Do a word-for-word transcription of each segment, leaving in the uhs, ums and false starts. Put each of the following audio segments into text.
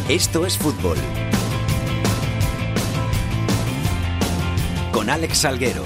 Esto es fútbol. Con Alex Salguero.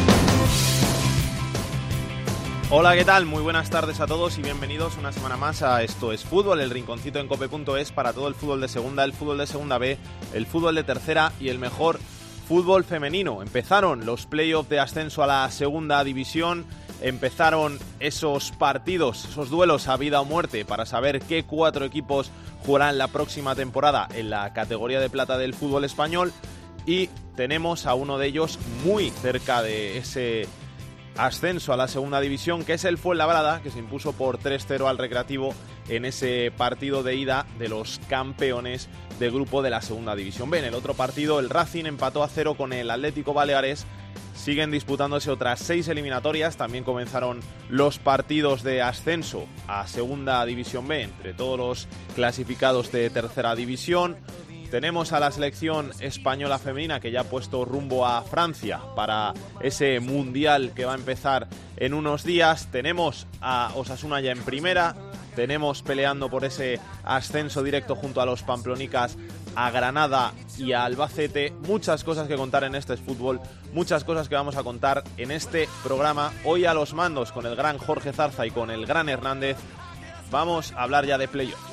Hola, ¿qué tal? Muy buenas tardes a todos y bienvenidos una semana más a Esto es Fútbol, el rinconcito en cope punto es para todo el fútbol de segunda, el fútbol de segunda B, el fútbol de tercera y el mejor fútbol femenino. Empezaron los playoffs de ascenso a la segunda división, empezaron esos partidos, esos duelos a vida o muerte para saber qué cuatro equipos jugarán la próxima temporada en la categoría de plata del fútbol español y tenemos a uno de ellos muy cerca de ese ascenso a la segunda división, que es el Fuenlabrada, que se impuso por tres cero al Recreativo en ese partido de ida de los campeones de grupo de la segunda división B. En el otro partido, el Racing empató a cero con el Atlético Baleares. Siguen disputándose otras seis eliminatorias. También comenzaron los partidos de ascenso a segunda división B entre todos los clasificados de tercera división. Tenemos a la selección española femenina que ya ha puesto rumbo a Francia para ese mundial que va a empezar en unos días. Tenemos a Osasuna ya en primera. Tenemos peleando por ese ascenso directo junto a los pamplonicas a Granada y a Albacete. Muchas cosas que contar en este fútbol, muchas cosas que vamos a contar en este programa. Hoy a los mandos con el gran Jorge Zarza y con el gran Hernández. Vamos a hablar ya de playoff.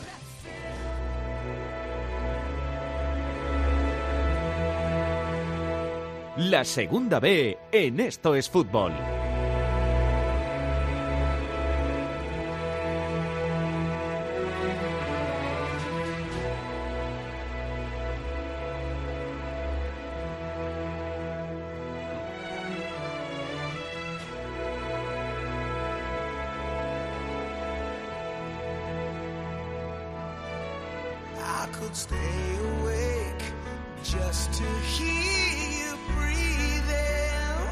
La segunda B en Esto es Fútbol. I could stay awake just to hear you breathing,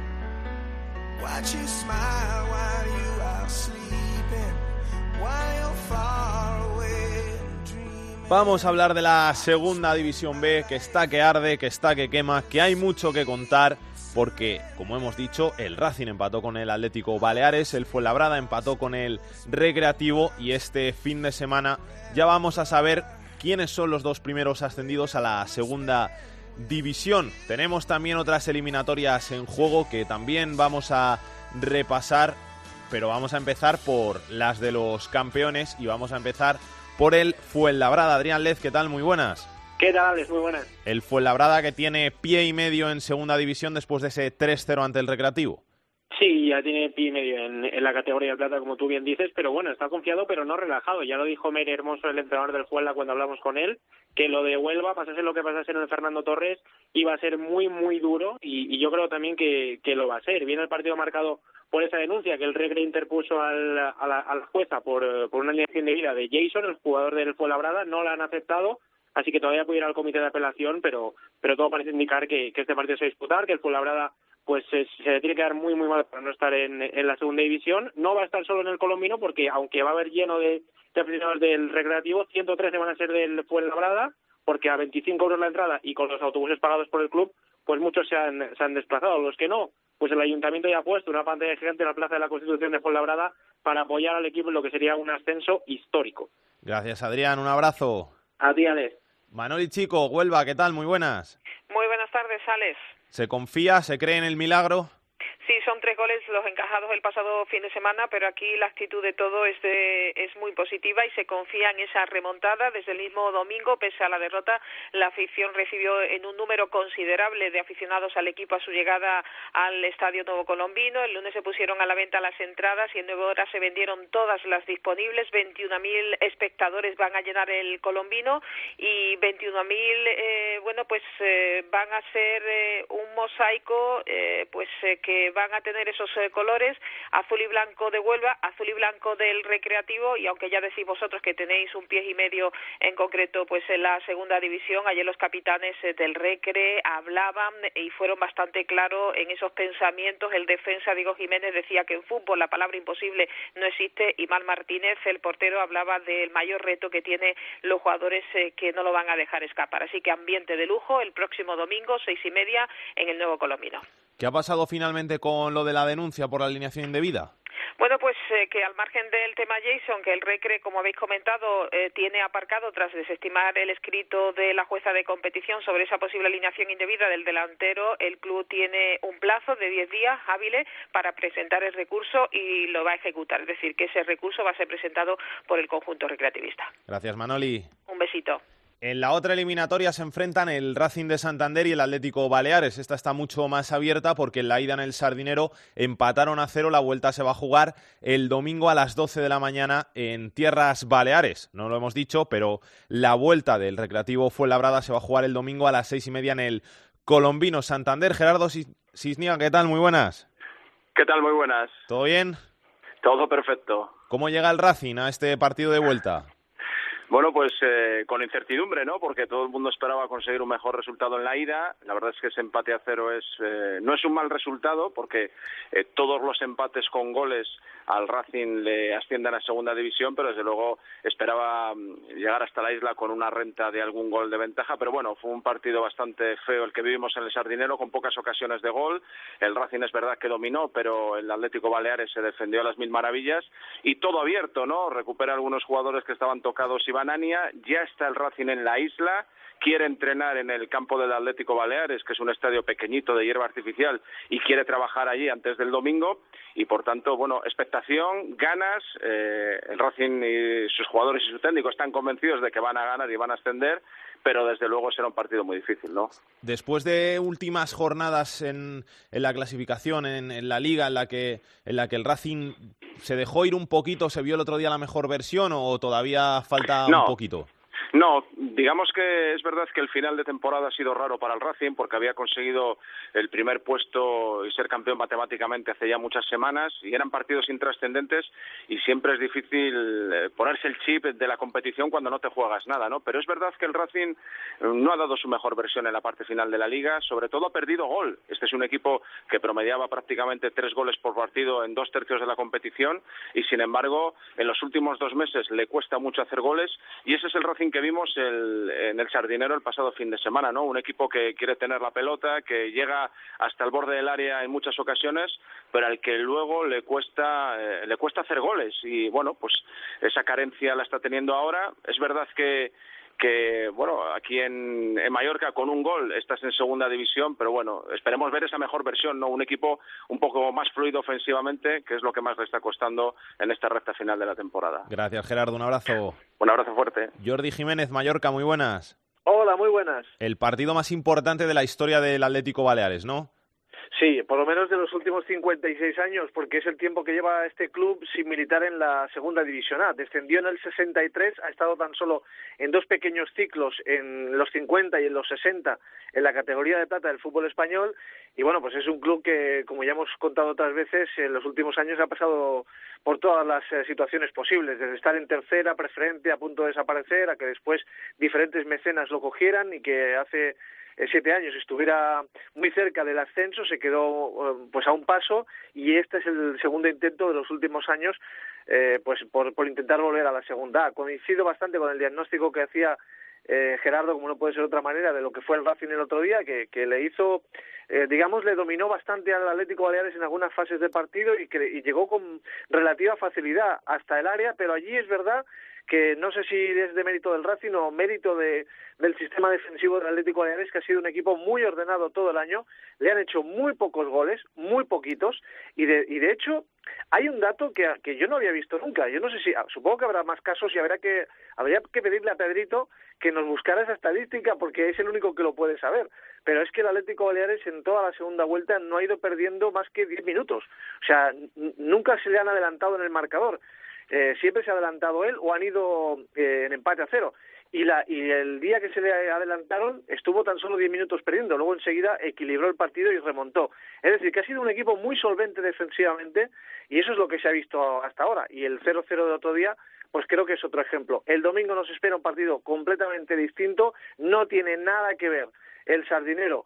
watch you smile while you are sleeping, while you're far away dreaming. Vamos a hablar de la segunda división B, que está que arde, que está que quema, que hay mucho que contar, porque, como hemos dicho, el Racing empató con el Atlético Baleares, el Fuenlabrada empató con el Recreativo y este fin de semana ya vamos a saber quiénes son los dos primeros ascendidos a la segunda división. Tenemos también otras eliminatorias en juego que también vamos a repasar, pero vamos a empezar por las de los campeones y vamos a empezar por el Fuenlabrada. Adrián Lez, ¿qué tal? Muy buenas. ¿Qué tal, Alex? Muy buenas. El Fuenlabrada que tiene pie y medio en segunda división después de ese tres cero ante el Recreativo. Sí, ya tiene pie y medio en, en la categoría de plata, como tú bien dices, pero bueno, está confiado pero no relajado. Ya lo dijo Mere Hermoso, el entrenador del Fuenla, cuando hablamos con él, que lo de Huelva, pasase lo que pasase en el Fernando Torres, iba a ser muy, muy duro y, y yo creo también que, que lo va a ser. Viene el partido marcado por esa denuncia que el Recre interpuso al, a, la, a la jueza por, por una alineación de vida de Jason, el jugador del Fuenlabrada, no la han aceptado. Así que todavía puede ir al comité de apelación, pero pero todo parece indicar que, que este partido se va a disputar, que el Fuenlabrada pues se, se le tiene que dar muy muy mal para no estar en, en la segunda división. No va a estar solo en el Colombino porque aunque va a haber lleno de, de aficionados del Recreativo, ciento trece van a ser del Fuenlabrada, porque a veinticinco euros la entrada y con los autobuses pagados por el club, pues muchos se han, se han desplazado. Los que no, pues el Ayuntamiento ya ha puesto una pantalla gigante en la Plaza de la Constitución de Fuenlabrada para apoyar al equipo en lo que sería un ascenso histórico. Gracias, Adrián. Un abrazo. A ti, Alex. Manoli Chico, Huelva, ¿qué tal? Muy buenas. Muy buenas tardes, Alex. ¿Se confía, se cree en el milagro? Sí, son tres goles los encajados el pasado fin de semana, pero aquí la actitud de todo es, de, es muy positiva y se confía en esa remontada. Desde el mismo domingo, pese a la derrota, la afición recibió en un número considerable de aficionados al equipo a su llegada al Estadio Nuevo Colombino. El lunes se pusieron a la venta las entradas y en nueve horas se vendieron todas las disponibles. veintiún mil espectadores van a llenar el Colombino y veintiún mil, eh, bueno, pues eh, van a ser eh, un mosaico eh, pues eh, que van a tener esos eh, colores, azul y blanco de Huelva, azul y blanco del Recreativo, y aunque ya decís vosotros que tenéis un pie y medio en concreto pues en la segunda división, ayer los capitanes eh, del Recre hablaban y fueron bastante claros en esos pensamientos. El defensa Diego Jiménez decía que en fútbol la palabra imposible no existe, y Mal Martínez, el portero, hablaba del mayor reto que tienen los jugadores eh, que no lo van a dejar escapar. Así que ambiente de lujo el próximo domingo, seis y media, en el Nuevo Colombino. ¿Qué ha pasado finalmente con lo de la denuncia por la alineación indebida? Bueno, pues eh, que al margen del tema Jason, que el Recre, como habéis comentado, eh, tiene aparcado tras desestimar el escrito de la jueza de competición sobre esa posible alineación indebida del delantero, el club tiene un plazo de diez días hábiles para presentar el recurso y lo va a ejecutar. Es decir, que ese recurso va a ser presentado por el conjunto recreativista. Gracias, Manoli. Un besito. En la otra eliminatoria se enfrentan el Racing de Santander y el Atlético Baleares. Esta está mucho más abierta porque en la ida en el Sardinero empataron a cero. La vuelta se va a jugar el domingo a las doce de la mañana en tierras baleares. No lo hemos dicho, pero la vuelta del Recreativo Fuenlabrada se va a jugar el domingo a las seis y media en el Colombino Santander. Gerardo Cisniega, ¿qué tal? Muy buenas. ¿Qué tal? Muy buenas. ¿Todo bien? Todo perfecto. ¿Cómo llega el Racing a este partido de vuelta? Bueno, pues eh, con incertidumbre, ¿no? Porque todo el mundo esperaba conseguir un mejor resultado en la ida. La verdad es que ese empate a cero es eh, no es un mal resultado porque eh, todos los empates con goles al Racing le ascienden a segunda división, pero desde luego esperaba llegar hasta la isla con una renta de algún gol de ventaja. Pero bueno, fue un partido bastante feo el que vivimos en el Sardinero, con pocas ocasiones de gol. El Racing es verdad que dominó, pero el Atlético Baleares se defendió a las mil maravillas y todo abierto, ¿no? Recupera algunos jugadores que estaban tocados y Banania, ya está el Racing en la isla, quiere entrenar en el campo del Atlético Baleares, que es un estadio pequeñito de hierba artificial, y quiere trabajar allí antes del domingo, y por tanto, bueno, expectación, ganas, eh, el Racing y sus jugadores y su técnico están convencidos de que van a ganar y van a ascender, pero desde luego será un partido muy difícil, ¿no? Después de últimas jornadas en, en la clasificación, en, en la Liga, en la que en la que el Racing se dejó ir un poquito, ¿se vio el otro día la mejor versión o todavía falta no. un poquito? No, digamos que es verdad que el final de temporada ha sido raro para el Racing porque había conseguido el primer puesto y ser campeón matemáticamente hace ya muchas semanas y eran partidos intrascendentes y siempre es difícil ponerse el chip de la competición cuando no te juegas nada, ¿no? Pero es verdad que el Racing no ha dado su mejor versión en la parte final de la Liga, sobre todo ha perdido gol. Este es un equipo que promediaba prácticamente tres goles por partido en dos tercios de la competición y sin embargo en los últimos dos meses le cuesta mucho hacer goles y ese es el Racing que vimos el, en el Sardinero el pasado fin de semana, ¿no? Un equipo que quiere tener la pelota, que llega hasta el borde del área en muchas ocasiones, pero al que luego le cuesta eh, le cuesta hacer goles y bueno, pues esa carencia la está teniendo ahora. Es verdad que que, bueno, aquí en, en Mallorca con un gol estás en segunda división, pero bueno, esperemos ver esa mejor versión, ¿no? Un equipo un poco más fluido ofensivamente, que es lo que más le está costando en esta recta final de la temporada. Gracias, Gerardo, un abrazo. Un abrazo fuerte. Jordi Jiménez, Mallorca, muy buenas. Hola, muy buenas. El partido más importante de la historia del Atlético Baleares, ¿no? Sí, por lo menos de los últimos cincuenta y seis años, porque es el tiempo que lleva este club sin militar en la segunda división A. Descendió en el sesenta y tres, ha estado tan solo en dos pequeños ciclos, en los cincuenta y en los sesenta, en la categoría de plata del fútbol español. Y bueno, pues es un club que, como ya hemos contado otras veces, en los últimos años ha pasado por todas las eh, situaciones posibles, desde estar en tercera, preferente, a punto de desaparecer, a que después diferentes mecenas lo cogieran y que hace siete años estuviera muy cerca del ascenso, se quedó pues a un paso y este es el segundo intento de los últimos años eh, pues por, por intentar volver a la segunda A. Coincido bastante con el diagnóstico que hacía eh, Gerardo, como no puede ser de otra manera, de lo que fue el Racing el otro día, que, que le hizo, eh, digamos, le dominó bastante al Atlético Baleares en algunas fases del partido y, que, y llegó con relativa facilidad hasta el área, pero allí es verdad que no sé si es de mérito del Racing o mérito de, del sistema defensivo del Atlético Baleares, que ha sido un equipo muy ordenado todo el año, le han hecho muy pocos goles, muy poquitos, y de, y de hecho hay un dato que, que yo no había visto nunca. Yo no sé si, supongo que habrá más casos y habrá que, habría que pedirle a Pedrito que nos buscara esa estadística porque es el único que lo puede saber. Pero es que el Atlético Baleares en toda la segunda vuelta no ha ido perdiendo más que diez minutos. O sea, n- nunca se le han adelantado en el marcador. Eh, siempre se ha adelantado él o han ido eh, en empate a cero. Y, la, y el día que se le adelantaron estuvo tan solo diez minutos perdiendo, luego enseguida equilibró el partido y remontó. Es decir, que ha sido un equipo muy solvente defensivamente y eso es lo que se ha visto hasta ahora. Y el cero cero del otro día, pues creo que es otro ejemplo. El domingo nos espera un partido completamente distinto, no tiene nada que ver el Sardinero,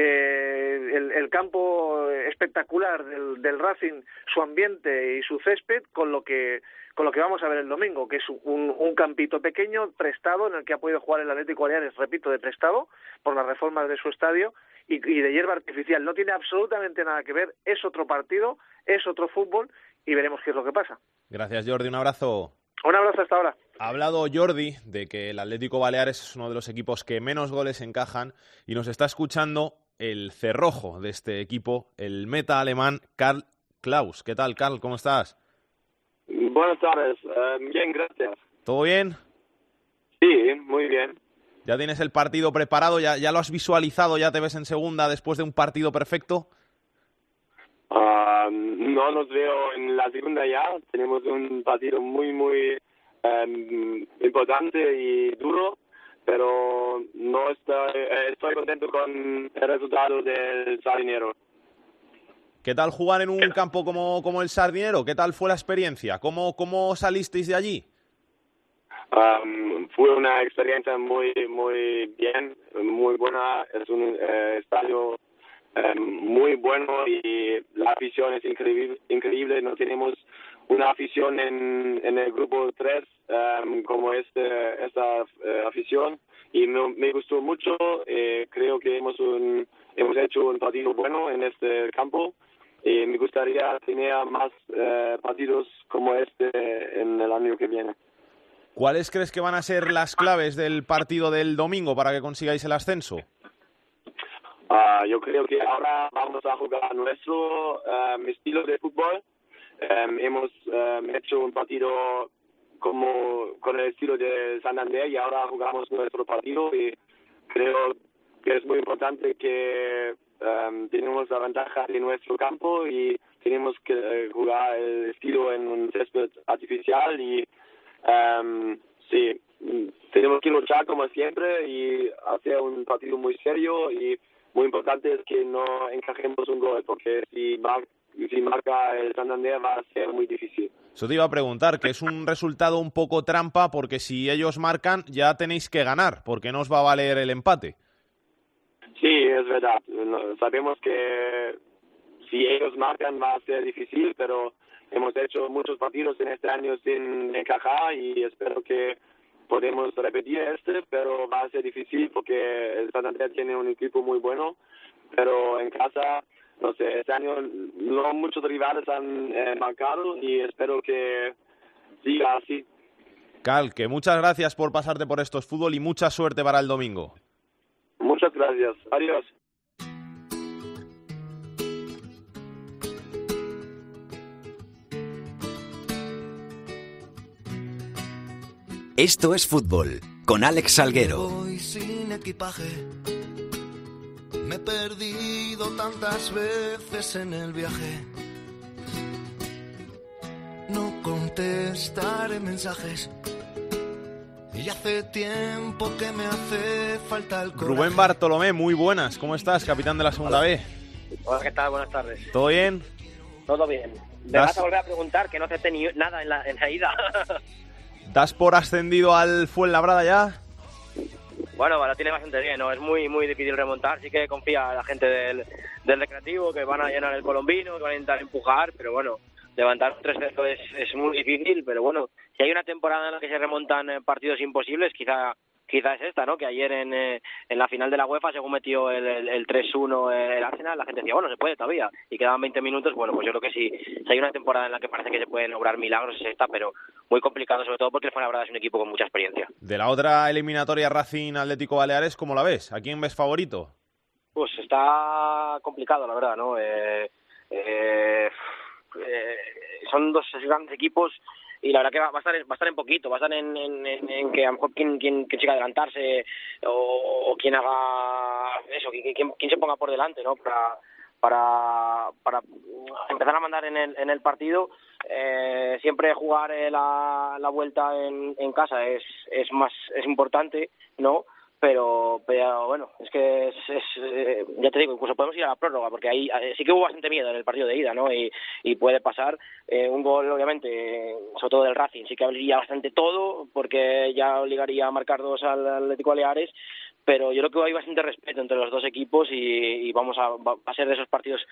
eh, el, el campo espectacular del, del Racing, su ambiente y su césped con lo que con lo que vamos a ver el domingo, que es un, un campito pequeño, prestado, en el que ha podido jugar el Atlético Baleares, repito, de prestado, por las reformas de su estadio, y, y de hierba artificial. No tiene absolutamente nada que ver, es otro partido, es otro fútbol, y veremos qué es lo que pasa. Gracias, Jordi, un abrazo. Un abrazo hasta ahora. Ha hablado Jordi de que el Atlético Baleares es uno de los equipos que menos goles encajan y nos está escuchando el cerrojo de este equipo, el meta alemán Karl Klaus. ¿Qué tal, Karl? ¿Cómo estás? Buenas tardes. Uh, bien, gracias. ¿Todo bien? Sí, muy bien. ¿Ya tienes el partido preparado? ¿Ya, ya lo has visualizado? ¿Ya te ves en segunda después de un partido perfecto? Uh, no nos veo en la segunda ya. Tenemos un partido muy, muy um, importante y duro, pero no estoy, eh, estoy contento con el resultado del Sardinero. ¿Qué tal jugar en un campo como, como el Sardinero? ¿Qué tal fue la experiencia? ¿Cómo, cómo salisteis de allí? Um, fue una experiencia muy, muy bien, muy buena. Es un eh, estadio Um, muy bueno y la afición es increíble, increíble. No tenemos una afición en, en el grupo tres um, como este, esta uh, afición y me, me gustó mucho. Eh, creo que hemos, un, hemos hecho un partido bueno en este campo y me gustaría tener más uh, partidos como este en el año que viene. ¿Cuáles crees que van a ser las claves del partido del domingo para que consigáis el ascenso? Uh, yo creo que ahora vamos a jugar nuestro um, estilo de fútbol. Um, hemos um, hecho un partido como con el estilo de Santander y ahora jugamos nuestro partido y creo que es muy importante que um, tenemos la ventaja de nuestro campo y tenemos que uh, jugar el estilo en un césped artificial y um, sí, tenemos que luchar como siempre y hacer un partido muy serio y muy importante es que no encajemos un gol, porque si, mar si marca el Santander va a ser muy difícil. Eso te iba a preguntar, que es un resultado un poco trampa, porque si ellos marcan ya tenéis que ganar, porque no os va a valer el empate. Sí, es verdad. Sabemos que si ellos marcan va a ser difícil, pero hemos hecho muchos partidos en este año sin encajar y espero que podemos repetir este, pero va a ser difícil porque el Santander tiene un equipo muy bueno, pero en casa, no sé, este año no muchos rivales han eh, marcado y espero que siga así. Cal, que muchas gracias por pasarte por Esto es Fútbol y mucha suerte para el domingo. Muchas gracias. Adiós. Esto es Fútbol, con Alex Salguero. Voy sin equipaje. Me he perdido tantas veces en el viaje. No contestaré mensajes. Y hace tiempo que me hace falta el coraje. Rubén Bartolomé, muy buenas. ¿Cómo estás, capitán de la segunda Hola. B? Hola, ¿qué tal? Buenas tardes. ¿Todo bien? Todo bien. Me ¿Das? vas a volver a preguntar, que no acepté ni nada en la, en la ida. ¿Das por ascendido al Fuenlabrada ya? Bueno, lo tiene bastante bien, ¿no? Es muy muy difícil remontar. Sí que confía la gente del, del Recreativo, que van a llenar el Colombino, que van a intentar empujar, pero bueno, levantar un tres cero es, es muy difícil, pero bueno, si hay una temporada en la que se remontan partidos imposibles, quizá quizá es esta, ¿no? Que ayer en, eh, en la final de la UEFA, según metió el, el, el tres uno el Arsenal, la gente decía, bueno, se puede todavía, y quedaban veinte minutos. Bueno, pues yo creo que sí, si hay una temporada en la que parece que se pueden obrar milagros, es esta, pero muy complicado, sobre todo porque el Fuenlabrada es un equipo con mucha experiencia. De la otra eliminatoria Racing Atlético Baleares, ¿cómo la ves? ¿A quién ves favorito? Pues está complicado, la verdad, ¿no? Eh, eh, eh, son dos grandes equipos y la verdad que va, va a estar va a estar en poquito, va a estar en, en, en, en que a lo mejor quien, quien, quien siga adelantarse o, o quien haga eso, quien, quien, quien se ponga por delante, ¿no? Para para para empezar a mandar en el en el partido. Eh, siempre jugar eh, la, la vuelta en, en casa es es más es importante, ¿no? Pero, pero bueno, es que es, es eh, ya te digo, incluso podemos ir a la prórroga, porque ahí eh, sí que hubo bastante miedo en el partido de ida, ¿no? Y, y puede pasar eh, un gol, obviamente, sobre todo del Racing, sí que abriría bastante todo, porque ya obligaría a marcar dos al Atlético Baleares, pero yo creo que hay bastante respeto entre los dos equipos y, y vamos a, va a ser de esos partidos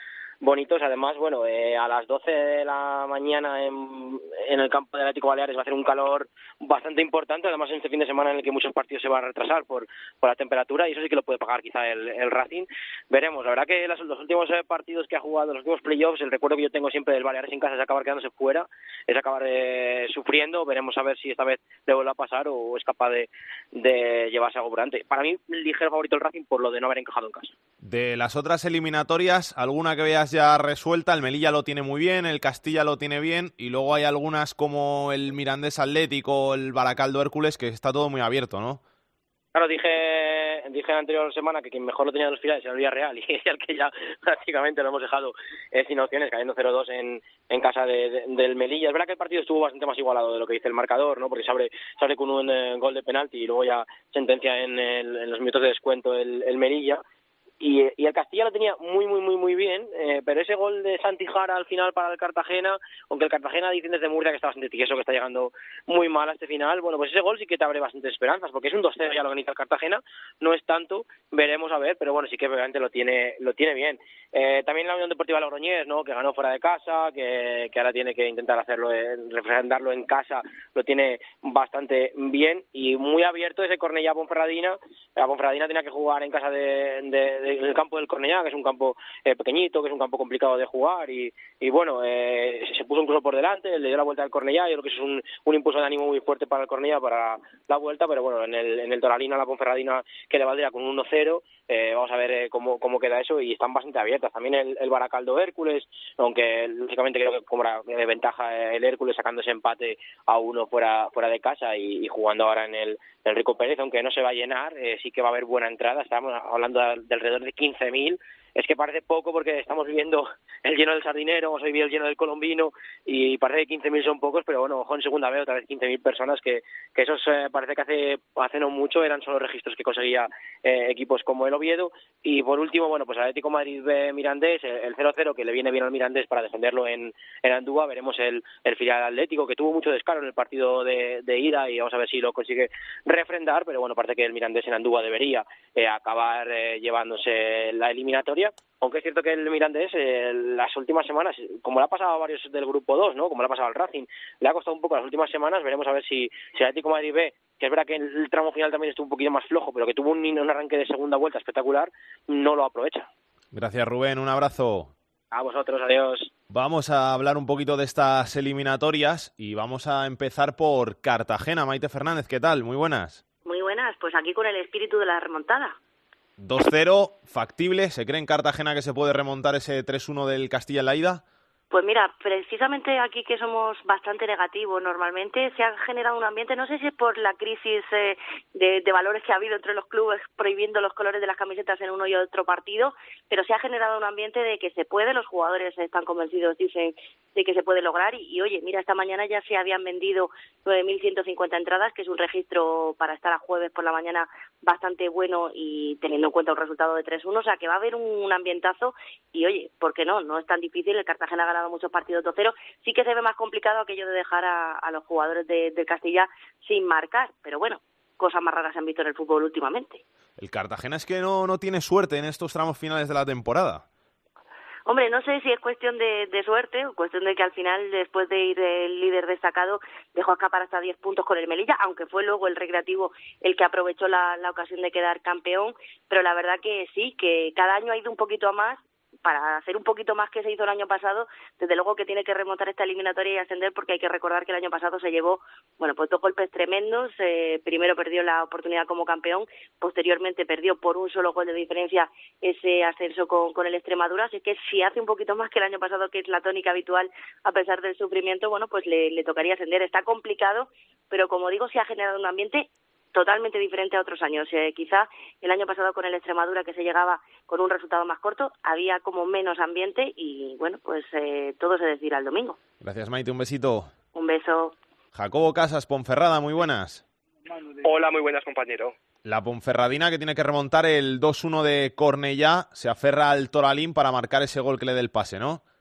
bonitos. Además, bueno, eh, a las doce de la mañana en, en el campo del Atlético Baleares va a hacer un calor bastante importante, además en este fin de semana en el que muchos partidos se van a retrasar por, por la temperatura, y eso sí que lo puede pagar quizá el, el Racing. Veremos, la verdad que los, los últimos eh, partidos que ha jugado, los últimos playoffs, el recuerdo que yo tengo siempre del Baleares en casa es acabar quedándose fuera, es acabar eh, sufriendo. Veremos a ver si esta vez le vuelve a pasar o es capaz de, de llevarse algo por delante. Para mí, ligero favorito el Racing por lo de no haber encajado en casa. De las otras eliminatorias, alguna que veas ya resuelta. El Melilla lo tiene muy bien, el Castilla lo tiene bien, y luego hay algunas como el Mirandés Atlético, el Baracaldo Hércules, que está todo muy abierto, ¿no? Claro, dije dije la anterior semana que quien mejor lo tenía de los finales era el Villarreal, y es el que ya prácticamente lo hemos dejado eh, sin opciones, cayendo cero dos en, en casa de, de, del Melilla. Es verdad que el partido estuvo bastante más igualado de lo que dice el marcador, ¿no? Porque se abre, se abre con un eh, gol de penalti y luego ya sentencia en, el, en los minutos de descuento el, el Melilla. Y, y el Castilla lo tenía muy, muy, muy, muy bien, eh, pero ese gol de Santi Jara al final para el Cartagena, aunque el Cartagena dicen desde Murcia que está bastante tieso, que está llegando muy mal a este final, bueno, pues ese gol sí que te abre bastantes esperanzas, porque es un dos cero ya lo organiza el Cartagena, no es tanto, veremos a ver, pero bueno, sí que obviamente lo tiene lo tiene bien. Eh, también la Unión Deportiva Logroñés, ¿no? Que ganó fuera de casa, que, que ahora tiene que intentar hacerlo, en, refrendarlo en casa, lo tiene bastante bien, y muy abierto ese Cornellá-Ponferradina. La Ponferradina tenía que jugar en casa de, de, de el campo del Cornellá, que es un campo eh, pequeñito, que es un campo complicado de jugar, y, y bueno, eh, se puso incluso por delante, le dio la vuelta al Cornellá. Yo creo que eso es un, un impulso de ánimo muy fuerte para el Cornellá, para la vuelta, pero bueno, en el, en el Toralín a la Ponferradina, que le valdría con un uno cero, eh, vamos a ver eh, cómo, cómo queda eso, y están bastante abiertas. También el, el Baracaldo Hércules, aunque lógicamente creo que cobra de ventaja el Hércules sacando ese empate a uno fuera fuera de casa y, y jugando ahora en el Enrico Pérez, aunque no se va a llenar, eh, sí que va a haber buena entrada. Estamos hablando de, de alrededor de quince mil. Es que parece poco porque estamos viviendo el lleno del Sardinero, hemos vivido el lleno del Colombino, y parece que quince mil son pocos, pero bueno, ojo, en segunda vez otra vez quince mil personas, que, que esos eh, parece que hace, hace no mucho eran solo registros que conseguía eh, equipos como el Oviedo. Y por último, bueno, pues Atlético Madrid B Mirandés, el cero cero que le viene bien al Mirandés para defenderlo en, en Andúa. Veremos el, el filial Atlético, que tuvo mucho descaro en el partido de, de ida, y vamos a ver si lo consigue refrendar, pero bueno, parece que el Mirandés en Andúa debería eh, acabar eh, llevándose la eliminatoria. Aunque es cierto que el Mirandés, eh, las últimas semanas, como le ha pasado a varios del grupo dos, ¿no? Como le ha pasado al Racing, le ha costado un poco las últimas semanas. Veremos a ver si, si el Atlético de Madrid B, que es verdad que el tramo final también estuvo un poquito más flojo, pero que tuvo un, un arranque de segunda vuelta espectacular, no lo aprovecha. Gracias, Rubén, un abrazo. A vosotros, adiós. Vamos a hablar un poquito de estas eliminatorias y vamos a empezar por Cartagena. Maite Fernández, ¿qué tal? Muy buenas. Muy buenas, pues aquí con el espíritu de la remontada. dos cero, factible. ¿Se cree en Cartagena que se puede remontar ese tres uno del Castilla en la ida? Pues mira, precisamente aquí que somos bastante negativos normalmente, se ha generado un ambiente, no sé si es por la crisis eh, de, de valores que ha habido entre los clubes prohibiendo los colores de las camisetas en uno y otro partido, pero se ha generado un ambiente de que se puede, los jugadores están convencidos, dicen, de que se puede lograr, y, y oye, mira, esta mañana ya se habían vendido nueve mil ciento cincuenta entradas, que es un registro para estar a jueves por la mañana bastante bueno, y teniendo en cuenta un resultado de tres uno, o sea que va a haber un, un ambientazo, y oye, ¿por qué no? No es tan difícil, el Cartagena ha ganado muchos partidos dos cero, sí que se ve más complicado aquello de dejar a, a los jugadores de, de Castilla sin marcar, pero bueno, cosas más raras se han visto en el fútbol últimamente. El Cartagena es que no, no tiene suerte en estos tramos finales de la temporada. Hombre, no sé si es cuestión de, de suerte o cuestión de que al final, después de ir el líder destacado, dejó escapar hasta diez puntos con el Melilla, aunque fue luego el Recreativo el que aprovechó la, la ocasión de quedar campeón, pero la verdad que sí, que cada año ha ido un poquito a más, para hacer un poquito más que se hizo el año pasado. Desde luego que tiene que remontar esta eliminatoria y ascender, porque hay que recordar que el año pasado se llevó, bueno, pues dos golpes tremendos. Eh, primero perdió la oportunidad como campeón, posteriormente perdió por un solo gol de diferencia ese ascenso con, con el Extremadura, así que si hace un poquito más que el año pasado, que es la tónica habitual a pesar del sufrimiento, bueno, pues le, le tocaría ascender. Está complicado, pero como digo, se ha generado un ambiente totalmente diferente a otros años. Eh, quizá el año pasado con el Extremadura, que se llegaba con un resultado más corto, había como menos ambiente y bueno, pues eh, todo se decidirá el domingo. Gracias, Maite, un besito. Un beso. Jacobo Casas, Ponferrada, muy buenas. Hola, muy buenas, compañero. La Ponferradina, que tiene que remontar el dos uno de Cornellá, se aferra al Toralín para marcar ese gol que le dé el pase, ¿no?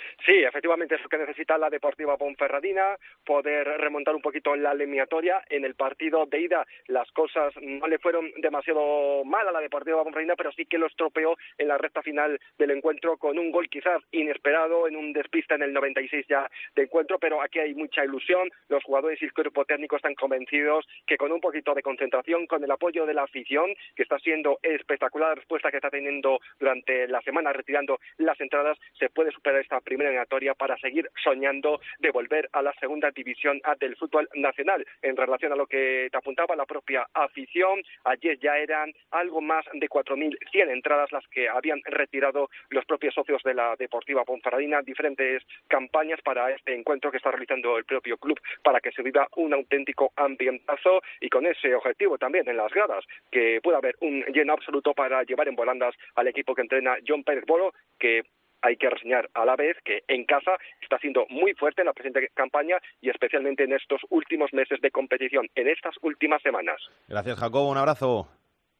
Sí, efectivamente es lo que necesita la Deportiva Ponferradina, poder remontar un poquito la eliminatoria. En el partido de ida las cosas no le fueron demasiado mal a la Deportiva Ponferradina, pero sí que lo estropeó en la recta final del encuentro con un gol quizás inesperado, en un despiste en el noventa y seis ya de encuentro, pero aquí hay mucha ilusión. Los jugadores y el cuerpo técnico están convencidos que con un poquito de concentración, con el apoyo de la afición, que está siendo espectacular la respuesta que está teniendo durante la semana retirando las entradas, se puede superar esta primera eliminatoria para seguir soñando de volver a la segunda división A del fútbol nacional. En relación a lo que te apuntaba la propia afición, ayer ya eran algo más de cuatro mil cien entradas las que habían retirado los propios socios de la Deportiva Ponferradina, diferentes campañas para este encuentro que está realizando el propio club para que se viva un auténtico ambientazo, y con ese objetivo también en las gradas, que pueda haber un lleno absoluto para llevar en volandas al equipo que entrena John Pérez Boro, que hay que reseñar a la vez que en casa está siendo muy fuerte en la presente campaña y especialmente en estos últimos meses de competición, en estas últimas semanas. Gracias, Jacobo, un abrazo.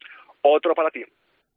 Otro para ti.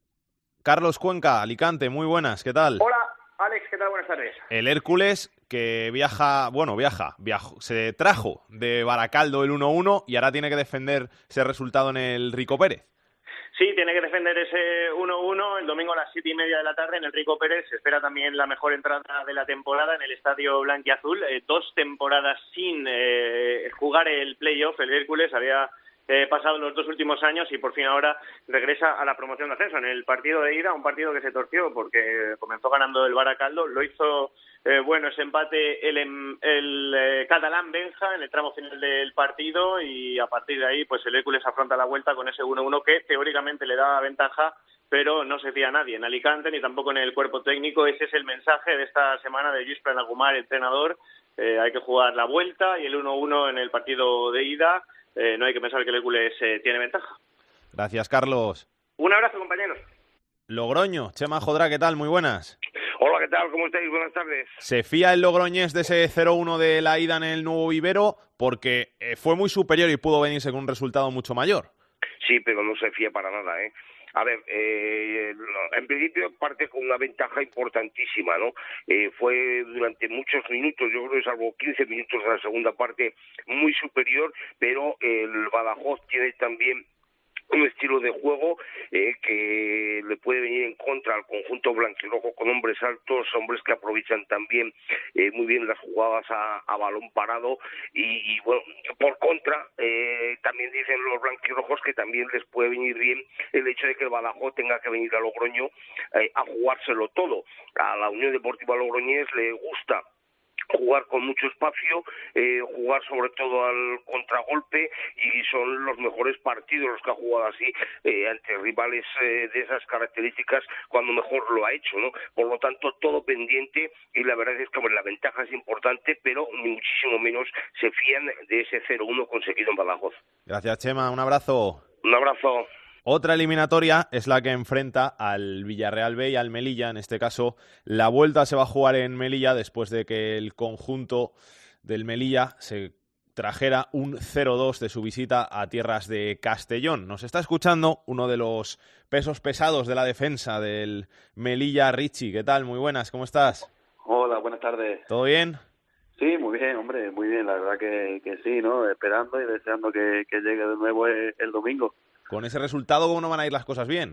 Carlos Cuenca, Alicante, muy buenas, ¿qué tal? Hola, Alex, ¿qué tal? Buenas tardes. El Hércules, que viaja, bueno, viaja, viajó, se trajo de Baracaldo el uno uno y ahora tiene que defender ese resultado en el Rico Pérez. Sí, tiene que defender ese uno uno el domingo a las siete y media de la tarde en el Rico Pérez. Se espera también la mejor entrada de la temporada en el Estadio Blanquiazul. Eh, dos temporadas sin eh, jugar el playoff. El Hércules había eh, pasado los dos últimos años y por fin ahora regresa a la promoción de ascenso. En el partido de ida, un partido que se torció porque comenzó ganando el Baracaldo, lo hizo Eh, bueno, ese empate el, el eh, catalán Benja en el tramo final del partido, y a partir de ahí pues el Hércules afronta la vuelta con ese uno uno que teóricamente le da ventaja, pero no se fía a nadie en Alicante ni tampoco en el cuerpo técnico. Ese es el mensaje de esta semana de Lluís Planagumar, el entrenador. Eh, hay que jugar la vuelta y el uno uno en el partido de ida. Eh, no hay que pensar que el Hércules eh, tiene ventaja. Gracias, Carlos. Un abrazo, compañeros. Logroño, Chema Jodrá, ¿qué tal? Muy buenas. Hola, ¿qué tal? ¿Cómo estáis? Buenas tardes. Se fía el logroñés de ese cero uno de la ida en el Nuevo Vivero porque eh, fue muy superior y pudo venirse con un resultado mucho mayor. Sí, pero no se fía para nada, ¿eh? A ver, eh, en principio parte con una ventaja importantísima, ¿no? Eh, fue durante muchos minutos, yo creo que salvo quince minutos de la segunda parte, muy superior, pero el Badajoz tiene también un estilo de juego eh, que le puede venir en contra al conjunto blanquirrojo, con hombres altos, hombres que aprovechan también eh, muy bien las jugadas a, a balón parado, y, y bueno, por contra eh, también dicen los blanquirrojos que también les puede venir bien el hecho de que el Badajoz tenga que venir a Logroño eh, a jugárselo todo. A la Unión Deportiva Logroñés le gusta jugar con mucho espacio, eh, jugar sobre todo al contragolpe, y son los mejores partidos los que ha jugado así eh, ante rivales eh, de esas características cuando mejor lo ha hecho, ¿no? Por lo tanto, todo pendiente, y la verdad es que bueno, la ventaja es importante, pero ni muchísimo menos se fían de ese cero uno conseguido en Badajoz. Gracias, Chema, un abrazo. Un abrazo. Otra eliminatoria es la que enfrenta al Villarreal B y al Melilla. En este caso, la vuelta se va a jugar en Melilla después de que el conjunto del Melilla se trajera un cero dos de su visita a tierras de Castellón. Nos está escuchando uno de los pesos pesados de la defensa del Melilla, Richie. ¿Qué tal? Muy buenas, ¿cómo estás? Hola, buenas tardes. ¿Todo bien? Sí, muy bien, hombre, muy bien. La verdad que, que sí, ¿no? Esperando y deseando que, que llegue de nuevo el, el domingo. Con ese resultado, ¿cómo no van a ir las cosas bien?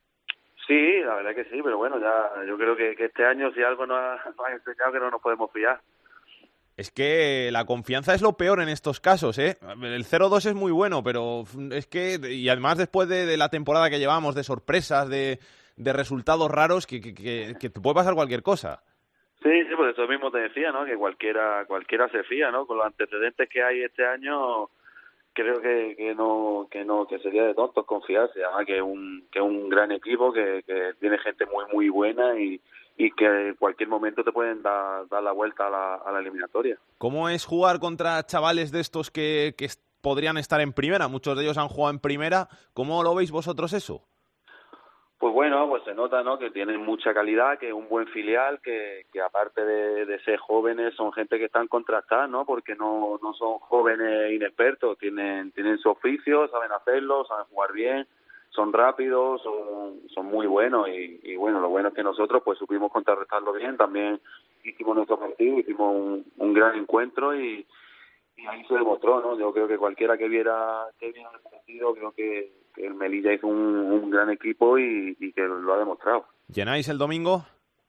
Sí, la verdad que sí, pero bueno, ya yo creo que, que este año si algo nos ha, nos ha enseñado que no nos podemos fiar. Es que la confianza es lo peor en estos casos, ¿eh? El cero dos es muy bueno, pero es que, y además después de, de la temporada que llevamos, de sorpresas, de, de resultados raros, que, que, que, que te puede pasar cualquier cosa. Sí, sí, pues eso mismo te decía, ¿no? Que cualquiera cualquiera se fía, ¿no? Con los antecedentes que hay este año, creo que, que no que no que sería de tontos confiarse. Además que un que un gran equipo que, que tiene gente muy muy buena y, y que en cualquier momento te pueden dar, dar la vuelta a la, a la eliminatoria. ¿Cómo es jugar contra chavales de estos que, que podrían estar en primera? Muchos de ellos han jugado en primera. ¿Cómo lo veis vosotros eso? Pues bueno, pues se nota, ¿no? Que tienen mucha calidad, que es un buen filial, que, que aparte de, de ser jóvenes son gente que están contrastadas, ¿no? Porque no, no son jóvenes inexpertos, tienen tienen su oficio, saben hacerlo, saben jugar bien, son rápidos, son, son muy buenos y, y bueno, lo bueno es que nosotros pues supimos contrarrestarlo bien, también hicimos nuestro partido, hicimos un, un gran encuentro y, y ahí se demostró, ¿no? Yo creo que cualquiera que viera, que viera el partido, creo que, que el Melilla hizo un, un gran equipo y, y que lo ha demostrado. ¿Llenáis el domingo?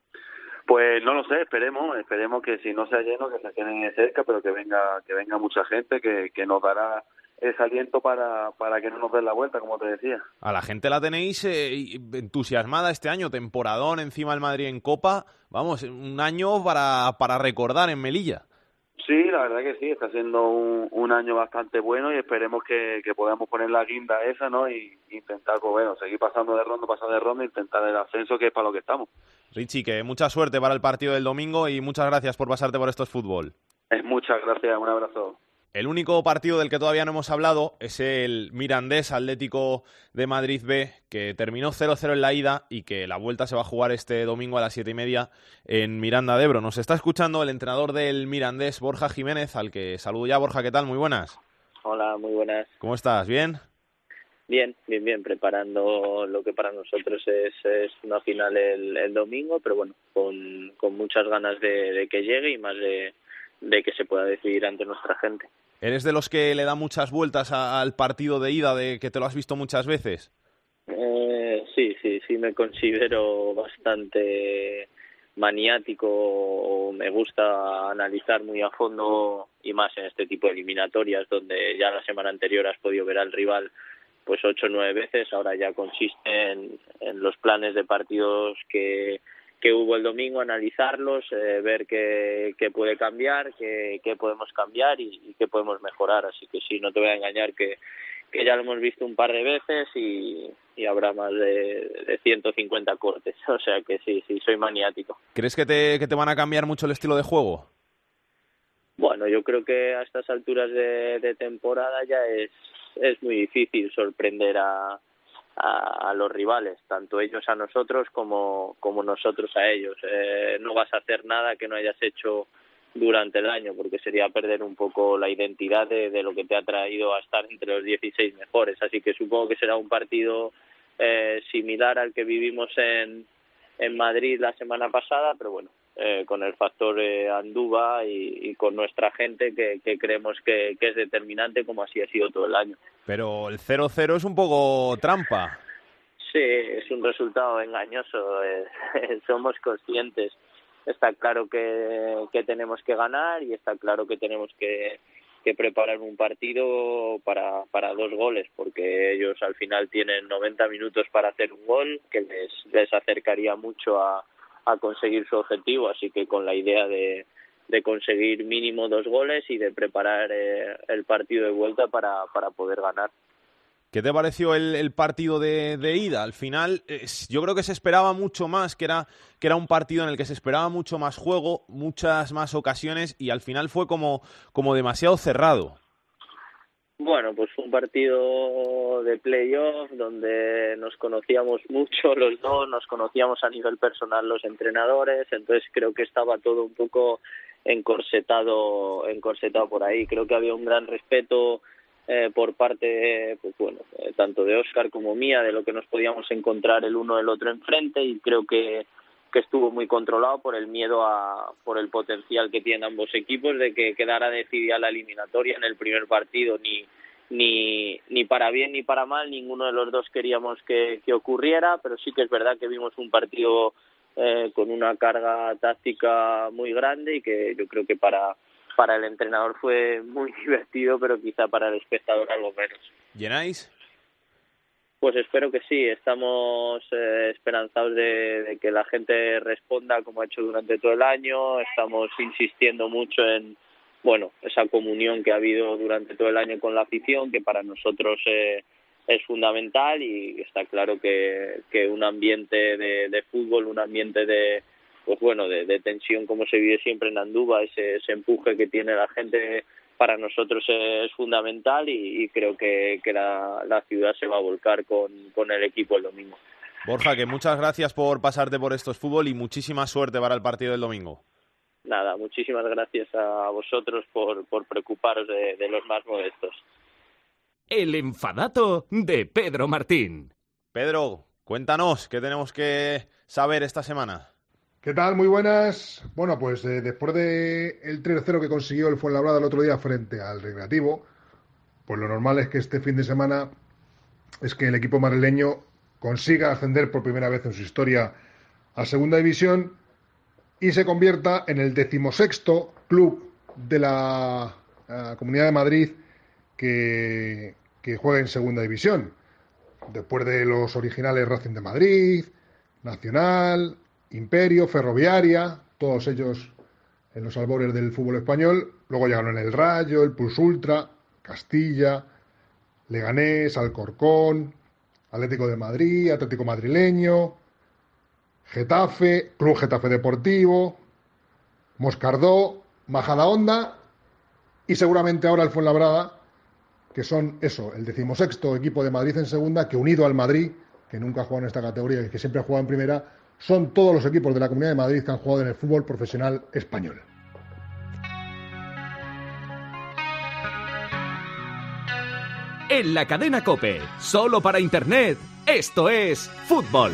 Pues no lo sé, esperemos, esperemos que si no sea lleno, que se queden cerca, pero que venga, que venga mucha gente, que, que nos dará ese aliento para, para que no nos den la vuelta, como te decía. A la gente la tenéis eh, entusiasmada este año, temporadón encima del Madrid en Copa, vamos, un año para, para recordar en Melilla. Sí, la verdad que sí, está siendo un, un año bastante bueno y esperemos que, que podamos poner la guinda esa, ¿no? Y intentar, pues bueno, seguir pasando de ronda, pasando de ronda, intentar el ascenso, que es para lo que estamos. Richie, que mucha suerte para el partido del domingo y muchas gracias por pasarte por Esto es Fútbol. Eh, muchas gracias, un abrazo. El único partido del que todavía no hemos hablado es el Mirandés Atlético de Madrid B, que terminó cero cero en la ida y que la vuelta se va a jugar este domingo a las siete y media en Miranda de Ebro. Nos está escuchando el entrenador del Mirandés, Borja Jiménez, al que saludo ya. Borja, ¿qué tal? Muy buenas. Hola, muy buenas. ¿Cómo estás? ¿Bien? Bien, bien, bien, preparando lo que para nosotros es, es una final el, el domingo, pero bueno, con, con muchas ganas de, de que llegue y más de, de que se pueda decidir ante nuestra gente. ¿Eres de los que le da muchas vueltas a, al partido de ida, de que te lo has visto muchas veces? Eh, sí, sí, sí, me considero bastante maniático, o me gusta analizar muy a fondo y más en este tipo de eliminatorias donde ya la semana anterior has podido ver al rival pues ocho o nueve veces, ahora ya consiste en, en los planes de partidos que, que hubo el domingo, analizarlos, eh, ver qué, qué puede cambiar, qué, qué podemos cambiar y, y qué podemos mejorar. Así que sí, no te voy a engañar que, que ya lo hemos visto un par de veces y, y habrá más de, de ciento cincuenta cortes. O sea que sí, sí, soy maniático. ¿Crees que te, que te van a cambiar mucho el estilo de juego? Bueno, yo creo que a estas alturas de, de temporada ya es, es muy difícil sorprender a A, a los rivales, tanto ellos a nosotros como, como nosotros a ellos. Eh, no vas a hacer nada que no hayas hecho durante el año, porque sería perder un poco la identidad de, de lo que te ha traído a estar entre los dieciséis mejores. Así que supongo que será un partido eh, similar al que vivimos en, en Madrid la semana pasada, pero bueno, eh, con el factor eh, Andúba y, y con nuestra gente que, que creemos que, que es determinante, como así ha sido todo el año. Pero el cero cero es un poco trampa. Sí, es un resultado engañoso, eh, somos conscientes. Está claro que, que tenemos que ganar y está claro que tenemos que, que preparar un partido para, para dos goles, porque ellos al final tienen noventa minutos para hacer un gol, que les, les acercaría mucho a, a conseguir su objetivo, así que con la idea de, de conseguir mínimo dos goles y de preparar eh, el partido de vuelta para, para poder ganar. ¿Qué te pareció el, el partido de, de ida? Al final, eh, yo creo que se esperaba mucho más, que era, que era un partido en el que se esperaba mucho más juego, muchas más ocasiones, y al final fue como, como demasiado cerrado. Bueno, pues fue un partido de playoff donde nos conocíamos mucho los dos, nos conocíamos a nivel personal los entrenadores, entonces creo que estaba todo un poco encorsetado, encorsetado por ahí. Creo que había un gran respeto eh, por parte, pues bueno, eh, tanto de Óscar como mía, de lo que nos podíamos encontrar el uno el otro enfrente, y creo que que estuvo muy controlado por el miedo a por el potencial que tienen ambos equipos de que quedara decidida la eliminatoria en el primer partido. Ni ni ni para bien ni para mal, ninguno de los dos queríamos que, que ocurriera, pero sí que es verdad que vimos un partido eh, con una carga táctica muy grande y que yo creo que para para el entrenador fue muy divertido, pero quizá para el espectador algo menos. ¿Llenáis? Pues espero que sí, estamos eh, esperanzados de, de que la gente responda como ha hecho durante todo el año. Estamos insistiendo mucho en, bueno, esa comunión que ha habido durante todo el año con la afición, que para nosotros eh, es fundamental, y está claro que, que un ambiente de, de fútbol, un ambiente de, pues bueno, de, de tensión como se vive siempre en Andúba, ese, ese empuje que tiene la gente, para nosotros es fundamental, y, y creo que, que la, la ciudad se va a volcar con, con el equipo el domingo. Borja, que muchas gracias por pasarte por Esto es Fútbol y muchísima suerte para el partido del domingo. Nada, muchísimas gracias a vosotros por, por preocuparos de, de los más modestos. El enfadato de Pedro Martín. Pedro, cuéntanos, ¿qué tenemos que saber esta semana? ¿Qué tal? Muy buenas. Bueno, pues eh, después de el tres cero que consiguió el Fuenlabrada el otro día frente al Recreativo, pues lo normal es que este fin de semana es que el equipo madrileño consiga ascender por primera vez en su historia a Segunda División y se convierta en el decimosexto club de la uh, Comunidad de Madrid que, que juega en Segunda División. Después de los originales Racing de Madrid, Nacional, Imperio, Ferroviaria, todos ellos en los albores del fútbol español. Luego llegaron el Rayo, el Plus Ultra, Castilla, Leganés, Alcorcón, Atlético de Madrid, Atlético Madrileño, Getafe, Club Getafe Deportivo, Moscardó, Majadahonda y seguramente ahora el Fuenlabrada, que son eso, el decimosexto equipo de Madrid en segunda, que unido al Madrid, que nunca ha jugado en esta categoría y que siempre ha jugado en primera, son todos los equipos de la Comunidad de Madrid que han jugado en el fútbol profesional español. En la cadena COPE, solo para Internet, esto es Fútbol.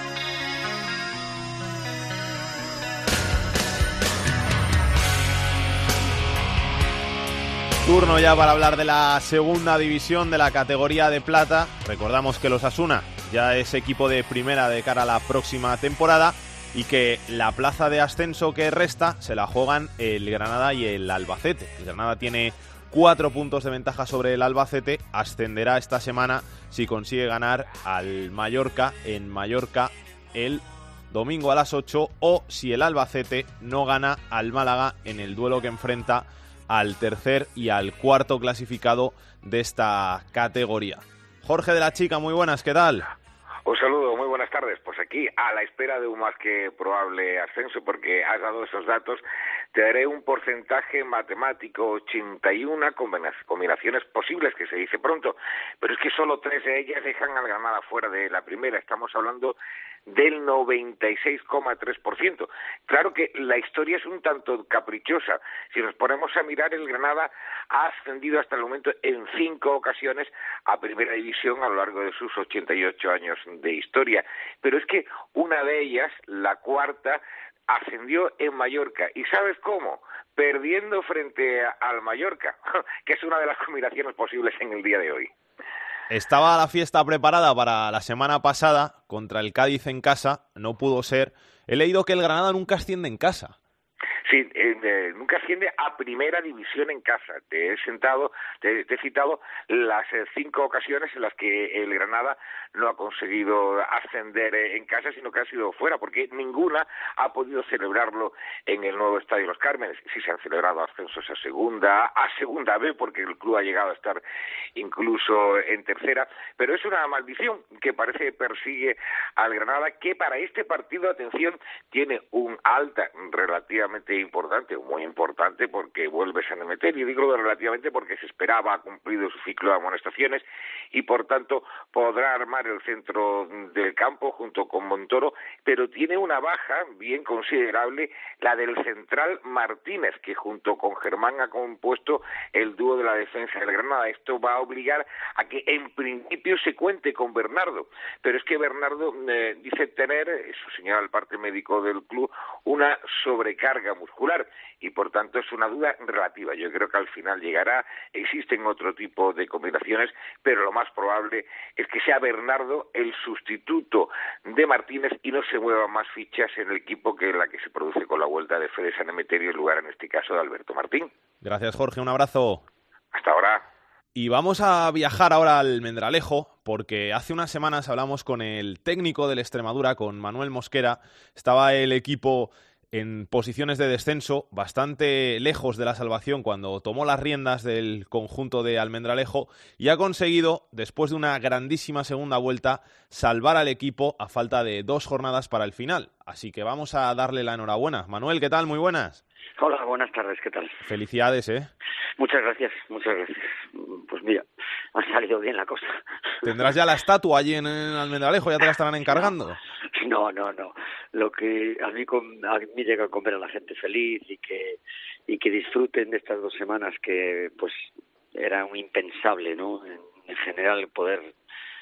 Turno ya para hablar de la segunda división de la categoría de plata. Recordamos que los Osasuna ya es equipo de primera de cara a la próxima temporada y que la plaza de ascenso que resta se la juegan el Granada y el Albacete. El Granada tiene cuatro puntos de ventaja sobre el Albacete, ascenderá esta semana si consigue ganar al Mallorca en Mallorca el domingo a las ocho, o si el Albacete no gana al Málaga en el duelo que enfrenta al tercer y al cuarto clasificado de esta categoría. Jorge de la Chica, muy buenas, ¿qué tal? Un saludo, muy buenas tardes. Pues aquí a la espera de un más que probable ascenso, porque has dado esos datos. Te daré un porcentaje matemático, ochenta y una combinaciones posibles, que se dice pronto, pero es que solo tres de ellas dejan al Granada fuera de la primera. Estamos hablando del noventa y seis coma tres por ciento. Claro que la historia es un tanto caprichosa. Si nos ponemos a mirar, el Granada ha ascendido hasta el momento en cinco ocasiones a Primera División a lo largo de sus ochenta y ocho años de historia. Pero es que una de ellas, la cuarta, ascendió en Mallorca. ¿Y sabes cómo? Perdiendo frente al Mallorca, que es una de las combinaciones posibles en el día de hoy. Estaba la fiesta preparada para la semana pasada contra el Cádiz en casa, no pudo ser. He leído que el Granada nunca asciende en casa. Sí, eh, eh, nunca asciende a Primera División en casa. Te he sentado, te, te he citado las eh, cinco ocasiones en las que el Granada no ha conseguido ascender eh, en casa, sino que ha sido fuera, porque ninguna ha podido celebrarlo en el nuevo Estadio Los Cármenes. Sí se han celebrado ascensos a Segunda, a Segunda B, porque el club ha llegado a estar incluso en tercera, pero es una maldición que parece persigue al Granada, que para este partido, atención, tiene un alta relativamente importante, o muy importante, porque vuelve San Emeterio. Digo relativamente porque se esperaba, ha cumplido su ciclo de amonestaciones y por tanto podrá armar el centro del campo junto con Montoro, pero tiene una baja bien considerable, la del central Martínez, que junto con Germán ha compuesto el dúo de la defensa del Granada. Esto va a obligar a que en principio se cuente con Bernardo, pero es que Bernardo eh, dice tener, eso señala el parte médico del club, una sobrecarga muscular y por tanto es una duda relativa. Yo creo que al final llegará, existen otro tipo de combinaciones, pero lo más probable es que sea Bernardo el sustituto de Martínez y no se muevan más fichas en el equipo que la que se produce con la vuelta de Fede San Emeterio en lugar, en este caso, de Alberto Martín. Gracias, Jorge, un abrazo. Hasta ahora. Y vamos a viajar ahora al Almendralejo, porque hace unas semanas hablamos con el técnico del Extremadura, con Manuel Mosquera. Estaba el equipo en posiciones de descenso, bastante lejos de la salvación cuando tomó las riendas del conjunto de Almendralejo y ha conseguido, después de una grandísima segunda vuelta, salvar al equipo a falta de dos jornadas para el final. Así que vamos a darle la enhorabuena. Manuel, ¿qué tal? Muy buenas. Hola, buenas tardes, ¿qué tal? Felicidades, ¿eh? Muchas gracias, muchas gracias. Pues mira, ha salido bien la cosa. ¿Tendrás ya la estatua allí en el Almendralejo? ¿Ya te la estarán encargando? No, no, no. Lo que a mí, a mí llega con ver a la gente feliz y que y que disfruten de estas dos semanas que pues era un impensable, ¿no? En, en general poder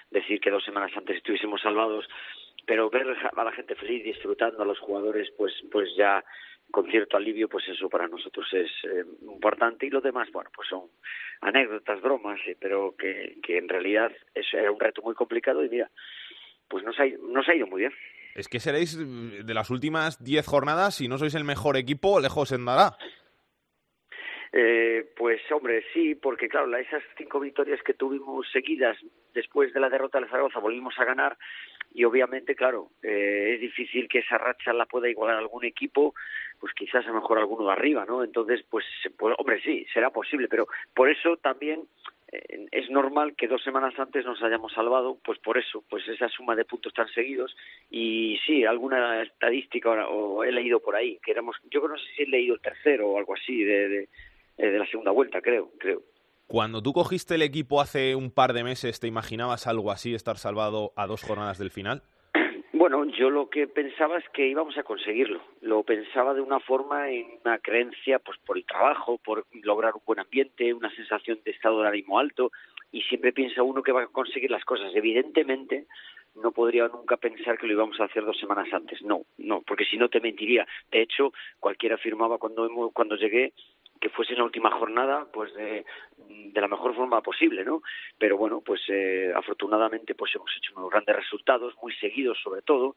decir que dos semanas antes estuviésemos salvados, pero ver a la gente feliz, disfrutando, a los jugadores, pues pues ya con cierto alivio, pues eso para nosotros es eh, importante. Y lo demás, bueno, pues son anécdotas, bromas, eh, pero que, que en realidad es, era un reto muy complicado y mira, pues nos ha, nos ha ido muy bien. Es que seréis de las últimas diez jornadas, si no sois el mejor equipo, lejos andará. Eh, pues hombre, sí, porque claro, esas cinco victorias que tuvimos seguidas después de la derrota de Zaragoza volvimos a ganar y obviamente, claro, eh, es difícil que esa racha la pueda igualar algún equipo, pues quizás a lo mejor alguno de arriba, ¿no? Entonces, pues, pues hombre, sí, será posible, pero por eso también eh, es normal que dos semanas antes nos hayamos salvado, pues por eso, pues esa suma de puntos tan seguidos. Y sí, alguna estadística o, o he leído por ahí, que éramos, yo no sé si he leído el tercero o algo así de, de, de la segunda vuelta, creo, creo. Cuando tú cogiste el equipo hace un par de meses, ¿te imaginabas algo así, estar salvado a dos jornadas del final? Bueno, yo lo que pensaba es que íbamos a conseguirlo. Lo pensaba de una forma, en una creencia, pues por el trabajo, por lograr un buen ambiente, una sensación de estado de ánimo alto, y siempre piensa uno que va a conseguir las cosas. Evidentemente, no podría nunca pensar que lo íbamos a hacer dos semanas antes. No, no, porque si no te mentiría. De hecho, cualquiera afirmaba cuando cuando llegué que fuese en la última jornada, pues de, de la mejor forma posible, ¿no? Pero bueno, pues eh, afortunadamente pues hemos hecho unos grandes resultados, muy seguidos sobre todo,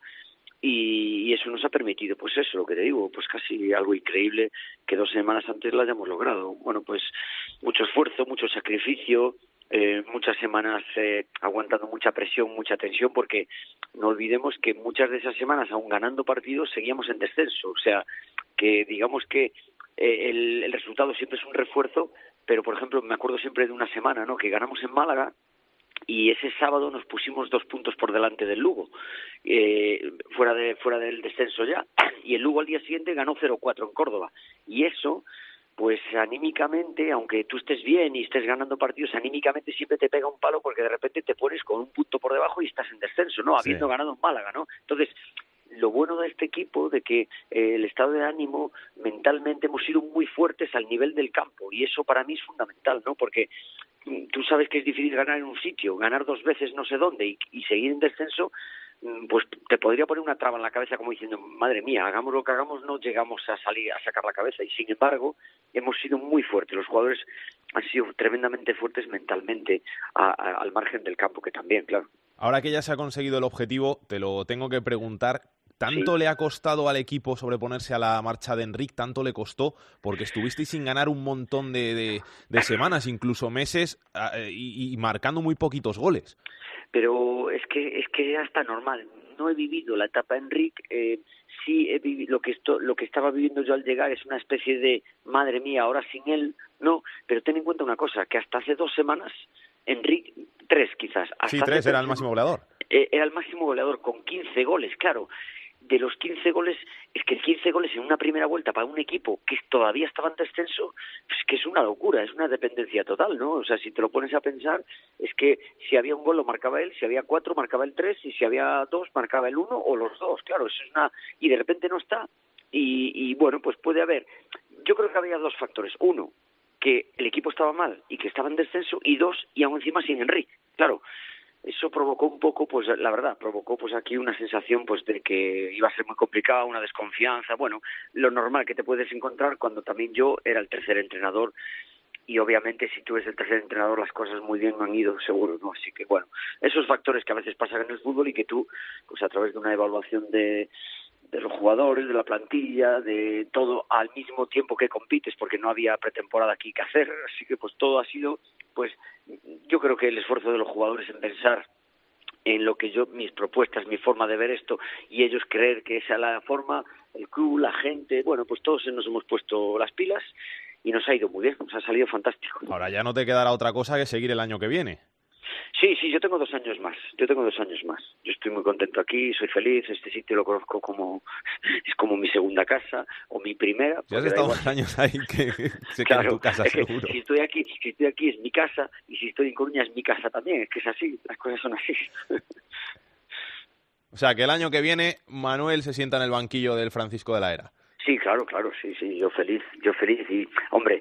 y, y eso nos ha permitido, pues eso, lo que te digo, pues casi algo increíble que dos semanas antes lo hayamos logrado. Bueno, pues mucho esfuerzo, mucho sacrificio, eh, muchas semanas eh, aguantando mucha presión, mucha tensión, porque no olvidemos que muchas de esas semanas, aún ganando partidos, seguíamos en descenso, o sea, que digamos que El, el resultado siempre es un refuerzo, pero por ejemplo me acuerdo siempre de una semana, ¿no?, que ganamos en Málaga y ese sábado nos pusimos dos puntos por delante del Lugo, eh, fuera de fuera del descenso ya, y el Lugo al día siguiente ganó cero cuatro en Córdoba, y eso pues anímicamente, aunque tú estés bien y estés ganando partidos, anímicamente siempre te pega un palo porque de repente te pones con un punto por debajo y estás en descenso, ¿no?, habiendo sí. ganado en Málaga, ¿no? Entonces, lo bueno de este equipo, de que eh, el estado de ánimo, mentalmente hemos sido muy fuertes al nivel del campo, y eso para mí es fundamental, ¿no? Porque mm, tú sabes que es difícil ganar en un sitio, ganar dos veces no sé dónde y, y seguir en descenso, mm, pues te podría poner una traba en la cabeza como diciendo, madre mía, hagamos lo que hagamos, no llegamos a salir a sacar la cabeza, y sin embargo hemos sido muy fuertes, los jugadores han sido tremendamente fuertes mentalmente a, a, al margen del campo, que también, claro. Ahora que ya se ha conseguido el objetivo, te lo tengo que preguntar. ¿Tanto sí. le ha costado al equipo sobreponerse a la marcha de Enric? ¿Tanto le costó? Porque estuvisteis sin ganar un montón de, de, de semanas, incluso meses, eh, y, y marcando muy poquitos goles. Pero es que es que ya está normal. No he vivido la etapa de Enric. Eh, sí he vivido lo que esto, lo que estaba viviendo yo al llegar es una especie de madre mía, ahora sin él, no. Pero ten en cuenta una cosa, que hasta hace dos semanas Enric, tres quizás. Hasta sí, tres, era el máximo goleador. Eh, era el máximo goleador con quince goles, claro. De los quince goles, es que quince goles en una primera vuelta para un equipo que todavía estaba en descenso, pues que es una locura, es una dependencia total, ¿no? O sea, si te lo pones a pensar, es que si había un gol lo marcaba él, si había cuatro marcaba el tres, y si había dos marcaba el uno o los dos, claro, eso es una... Y de repente no está, y, y bueno, pues puede haber... Yo creo que había dos factores. Uno, que el equipo estaba mal y que estaba en descenso, y dos, y aún encima sin Enric, claro. Eso provocó un poco, pues la verdad, provocó pues aquí una sensación pues de que iba a ser muy complicado, una desconfianza, bueno, lo normal que te puedes encontrar cuando también yo era el tercer entrenador, y obviamente si tú eres el tercer entrenador las cosas muy bien no han ido, seguro, ¿no? Así que bueno, esos factores que a veces pasan en el fútbol y que tú, pues a través de una evaluación de de los jugadores, de la plantilla, de todo al mismo tiempo que compites, porque no había pretemporada aquí que hacer, así que pues todo ha sido, pues yo creo que el esfuerzo de los jugadores en pensar en lo que yo, mis propuestas, mi forma de ver esto, y ellos creer que esa es la forma, el club, la gente, bueno, pues todos nos hemos puesto las pilas y nos ha ido muy bien, nos ha salido fantástico. Ahora ya no te quedará otra cosa que seguir el año que viene. Sí, sí, yo tengo dos años más, yo tengo dos años más. Yo estoy muy contento aquí, soy feliz, este sitio lo conozco como, es como mi segunda casa, o mi primera. Ya has estado dos años ahí, que se queda en tu casa, es que seguro. Si estoy aquí, si estoy aquí es mi casa, y si estoy en Coruña es mi casa también, es que es así, las cosas son así. O sea, que el año que viene Manuel se sienta en el banquillo del Francisco de la Era. Sí, claro, claro, sí, sí, yo feliz, yo feliz, y hombre...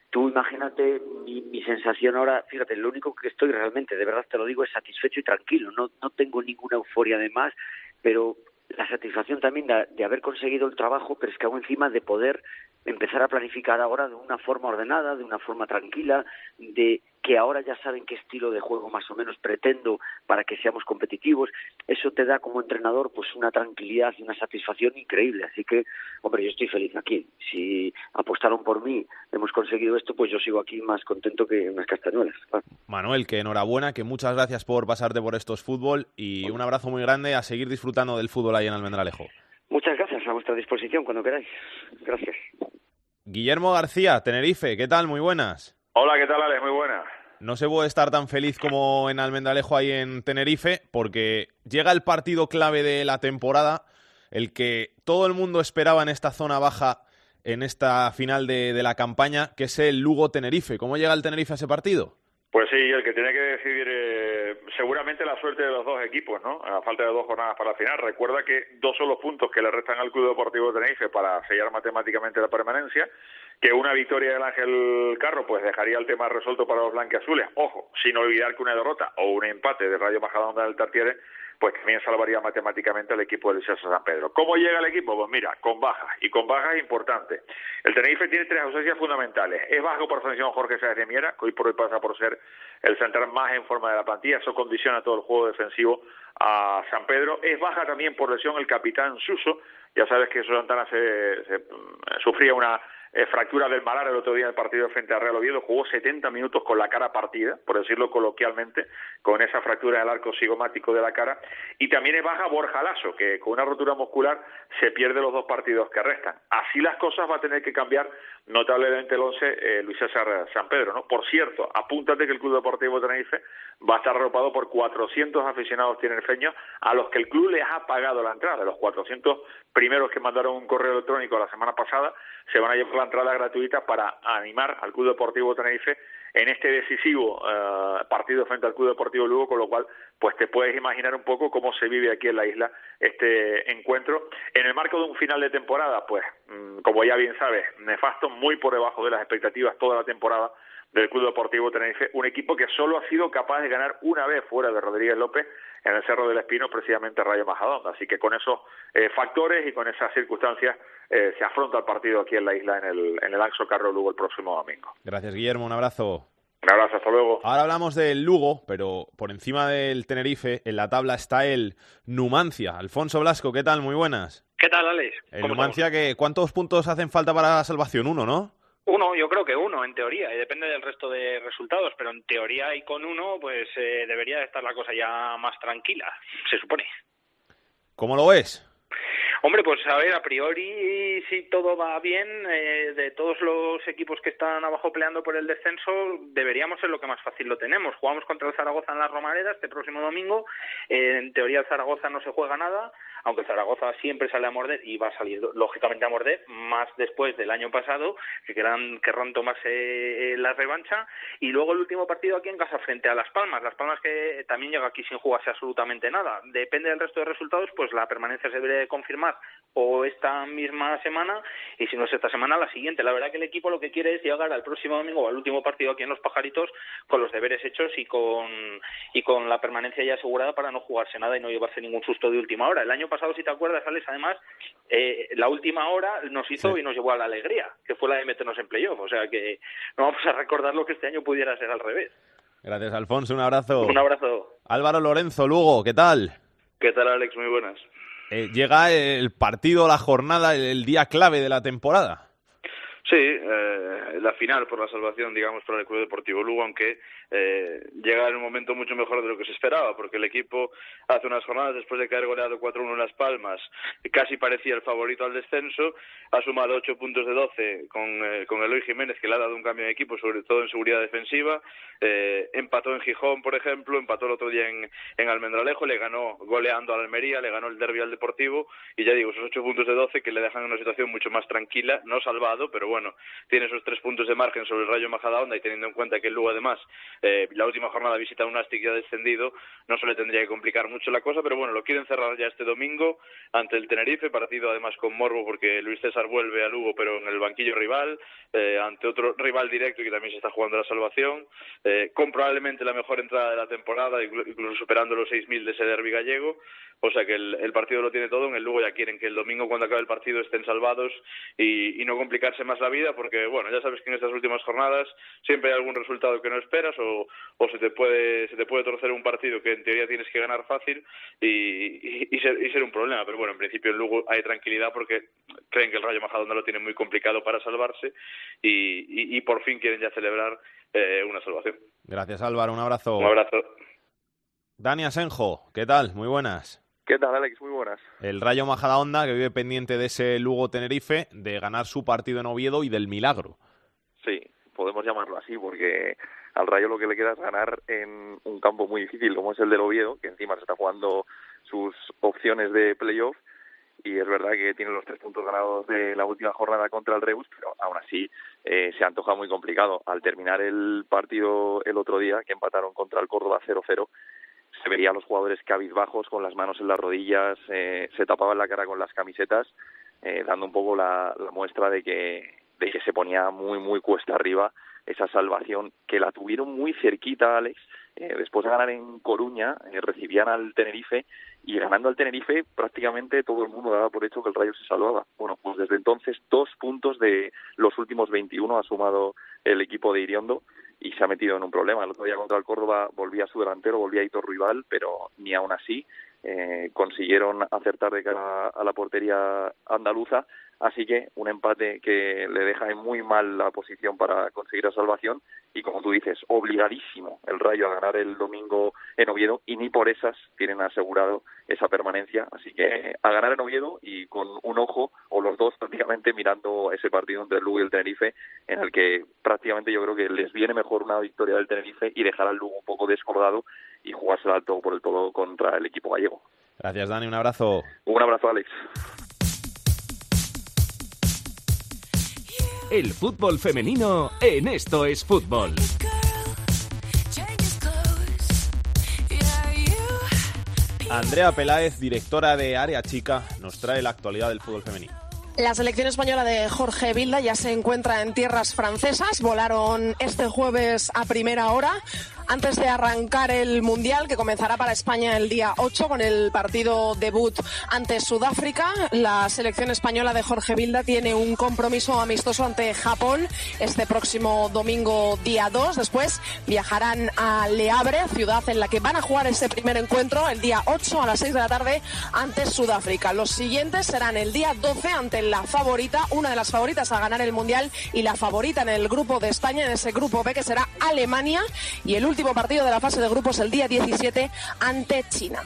Tú imagínate mi, mi sensación ahora, fíjate, lo único que estoy realmente, de verdad te lo digo, es satisfecho y tranquilo, no, no tengo ninguna euforia de más, pero la satisfacción también de, de haber conseguido el trabajo, pero es que aún encima de poder empezar a planificar ahora de una forma ordenada, de una forma tranquila, de que ahora ya saben qué estilo de juego más o menos pretendo para que seamos competitivos. Eso te da como entrenador pues una tranquilidad y una satisfacción increíble. Así que, hombre, yo estoy feliz aquí. Si apostaron por mí, hemos conseguido esto, pues yo sigo aquí más contento que unas castañuelas. Claro. Manuel, que enhorabuena, que muchas gracias por pasarte por Esto es Fútbol y un abrazo muy grande, a seguir disfrutando del fútbol ahí en Almendralejo. Muchas gracias, a vuestra disposición cuando queráis. Gracias. Guillermo García, Tenerife, ¿qué tal? Muy buenas. Hola, ¿qué tal, Alex? Muy buena. No se puede estar tan feliz como en Almendralejo ahí en Tenerife, porque llega el partido clave de la temporada, el que todo el mundo esperaba en esta zona baja, en esta final de, de la campaña, que es el Lugo-Tenerife. ¿Cómo llega el Tenerife a ese partido? Pues sí, el que tiene que decidir eh, seguramente la suerte de los dos equipos, ¿no? A falta de dos jornadas para la final. Recuerda que dos son los puntos que le restan al Club Deportivo Tenerife para sellar matemáticamente la permanencia, que una victoria del Ángel Carro pues dejaría el tema resuelto para los blanquiazules. Ojo, sin olvidar que una derrota o un empate de Rayo Majadahonda del Tartiere pues también salvaría matemáticamente al equipo del César San Pedro. ¿Cómo llega el equipo? Pues mira, con bajas, y con bajas importantes. El Tenerife tiene tres ausencias fundamentales. Es bajo por sanción Jorge Sáez de Miera, que hoy por hoy pasa por ser el central más en forma de la plantilla. Eso condiciona todo el juego defensivo a San Pedro. Es baja también por lesión el capitán Suso. Ya sabes que Santana se, se sufría una Eh, fractura del malar el otro día en el partido frente a Real Oviedo, jugó setenta minutos con la cara partida, por decirlo coloquialmente, con esa fractura del arco cigomático de la cara, y también es baja Borja Lasso, que con una rotura muscular se pierde los dos partidos que restan. Así las cosas va a tener que cambiar notablemente el once eh, Luis César San Pedro, ¿no? Por cierto, apúntate que el Club Deportivo Tenerife va a estar arropado por cuatrocientos aficionados tinerfeños a los que el club les ha pagado la entrada. Los cuatrocientos primeros que mandaron un correo electrónico la semana pasada se van a llevar la entrada gratuita para animar al Club Deportivo Tenerife en este decisivo uh, partido frente al Club Deportivo Lugo, con lo cual pues te puedes imaginar un poco cómo se vive aquí en la isla este encuentro. En el marco de un final de temporada, pues mmm, como ya bien sabes, nefasto, muy por debajo de las expectativas toda la temporada del Club Deportivo Tenerife, un equipo que solo ha sido capaz de ganar una vez fuera de Rodríguez López en el Cerro del Espino, precisamente Rayo Majadahonda. Así que con esos eh, factores y con esas circunstancias eh, se afronta el partido aquí en la isla en el, en el Anxo Carro Lugo el próximo domingo. Gracias, Guillermo, un abrazo. Un abrazo, hasta luego. Ahora hablamos del Lugo, pero por encima del Tenerife, en la tabla está el Numancia. Alfonso Blasco, ¿qué tal? Muy buenas. ¿Qué tal, Alex? El Numancia, que ¿cuántos puntos hacen falta para la salvación? Uno, ¿no? Uno, yo creo que uno, en teoría, y depende del resto de resultados, pero en teoría y con uno, pues eh, debería de estar la cosa ya más tranquila, se supone. ¿Cómo lo ves? Hombre, pues a ver, a priori, si todo va bien, eh, de todos los equipos que están abajo peleando por el descenso, deberíamos ser lo que más fácil lo tenemos. Jugamos contra el Zaragoza en la Romareda este próximo domingo, eh, en teoría el Zaragoza no se juega nada, aunque Zaragoza siempre sale a morder y va a salir lógicamente a morder, más después del año pasado, que querrán, querrán tomarse eh, la revancha, y luego el último partido aquí en casa frente a Las Palmas, Las Palmas que también llega aquí sin jugarse absolutamente nada. Depende del resto de resultados, pues la permanencia se debería de confirmar o esta misma semana, y si no es esta semana, la siguiente. La verdad que el equipo lo que quiere es llegar al próximo domingo, al último partido aquí en Los Pajaritos, con los deberes hechos y con y con la permanencia ya asegurada para no jugarse nada y no llevarse ningún susto de última hora. El año pasado, si te acuerdas, Alex, además, eh, la última hora nos hizo sí. y nos llevó a la alegría, que fue la de meternos en playoff. O sea que no vamos a recordar lo que este año pudiera ser al revés. Gracias, Alfonso. Un abrazo. Un abrazo. Álvaro Lorenzo, Lugo, ¿qué tal? ¿Qué tal, Alex? Muy buenas. Eh, llega el partido, la jornada, el, el día clave de la temporada. Sí, eh, la final por la salvación, digamos, para el Club Deportivo Lugo, aunque eh, llega en un momento mucho mejor de lo que se esperaba, porque el equipo hace unas jornadas, después de caer goleado cuatro uno en Las Palmas, casi parecía el favorito al descenso, ha sumado ocho puntos de doce con, eh, con Eloy Jiménez, que le ha dado un cambio de equipo, sobre todo en seguridad defensiva, eh, empató en Gijón, por ejemplo, empató el otro día en, en Almendralejo, le ganó goleando al Almería, le ganó el derbi al Deportivo, y ya digo, esos ocho puntos de doce que le dejan en una situación mucho más tranquila, no salvado, pero bueno, tiene esos tres puntos de margen sobre el Rayo Majadahonda, y teniendo en cuenta que el Lugo además eh, la última jornada visita un Nastic ya descendido, no se le tendría que complicar mucho la cosa, pero bueno, lo quieren cerrar ya este domingo ante el Tenerife, partido además con morbo porque Luis César vuelve a Lugo pero en el banquillo rival, eh, ante otro rival directo que también se está jugando la salvación, eh, con probablemente la mejor entrada de la temporada, incluso superando los seis mil de ese derbi gallego, o sea que el, el partido lo tiene todo. En el Lugo ya quieren que el domingo cuando acabe el partido estén salvados y, y no complicarse más la vida, porque bueno, ya sabes que en estas últimas jornadas siempre hay algún resultado que no esperas o, o se te puede se te puede torcer un partido que en teoría tienes que ganar fácil y, y, y, ser, y ser un problema, pero bueno, en principio en Lugo hay tranquilidad porque creen que el Rayo Majadahonda lo tiene muy complicado para salvarse y, y, y por fin quieren ya celebrar eh, una salvación. Gracias, Álvaro, un abrazo. Un abrazo. Dani Asenjo, ¿qué tal? Muy buenas. ¿Qué tal, Alex? Muy buenas. El Rayo Majadahonda, que vive pendiente de ese Lugo-Tenerife, de ganar su partido en Oviedo y del milagro. Sí, podemos llamarlo así, porque al Rayo lo que le queda es ganar en un campo muy difícil, como es el del Oviedo, que encima se está jugando sus opciones de playoff, y es verdad que tiene los tres puntos ganados de la última jornada contra el Reus, pero aún así eh, se antoja muy complicado. Al terminar el partido el otro día, que empataron contra el Córdoba cero cero, se veía a los jugadores cabizbajos, con las manos en las rodillas, eh, se tapaban la cara con las camisetas, eh, dando un poco la, la muestra de que, de que se ponía muy, muy cuesta arriba esa salvación, que la tuvieron muy cerquita, Alex. Eh, después de ganar en Coruña, eh, recibían al Tenerife, y ganando al Tenerife prácticamente todo el mundo daba por hecho que el Rayo se salvaba. Bueno, pues desde entonces dos puntos de los últimos veintiuno ha sumado el equipo de Iriondo y se ha metido en un problema. El otro día contra el Córdoba volvía su delantero, volvía Hitor Rival, pero ni aún así eh, consiguieron acertar de cara a la portería andaluza. Así que un empate que le deja en muy mal la posición para conseguir la salvación, y como tú dices, obligadísimo el Rayo a ganar el domingo en Oviedo, y ni por esas tienen asegurado esa permanencia. Así que a ganar en Oviedo y con un ojo, o los dos prácticamente, mirando ese partido entre el Lugo y el Tenerife, en el que prácticamente yo creo que les viene mejor una victoria del Tenerife y dejar al Lugo un poco desbordado y jugársela al todo por el todo contra el equipo gallego. Gracias, Dani, un abrazo. Un abrazo, Alex. El fútbol femenino en Esto es Fútbol. Andrea Peláez, directora de Área Chica, nos trae la actualidad del fútbol femenino. La selección española de Jorge Vilda ya se encuentra en tierras francesas. Volaron este jueves a primera hora, antes de arrancar el Mundial, que comenzará para España el día ocho con el partido debut ante Sudáfrica. La selección española de Jorge Vilda tiene un compromiso amistoso ante Japón este próximo domingo día dos. Después viajarán a Le Havre, ciudad en la que van a jugar ese primer encuentro el día ocho a las seis de la tarde ante Sudáfrica. Los siguientes serán el día doce ante la favorita, una de las favoritas a ganar el Mundial y la favorita en el grupo de España, en ese grupo B, que será Alemania, y el último partido de la fase de grupos el día diecisiete ante China.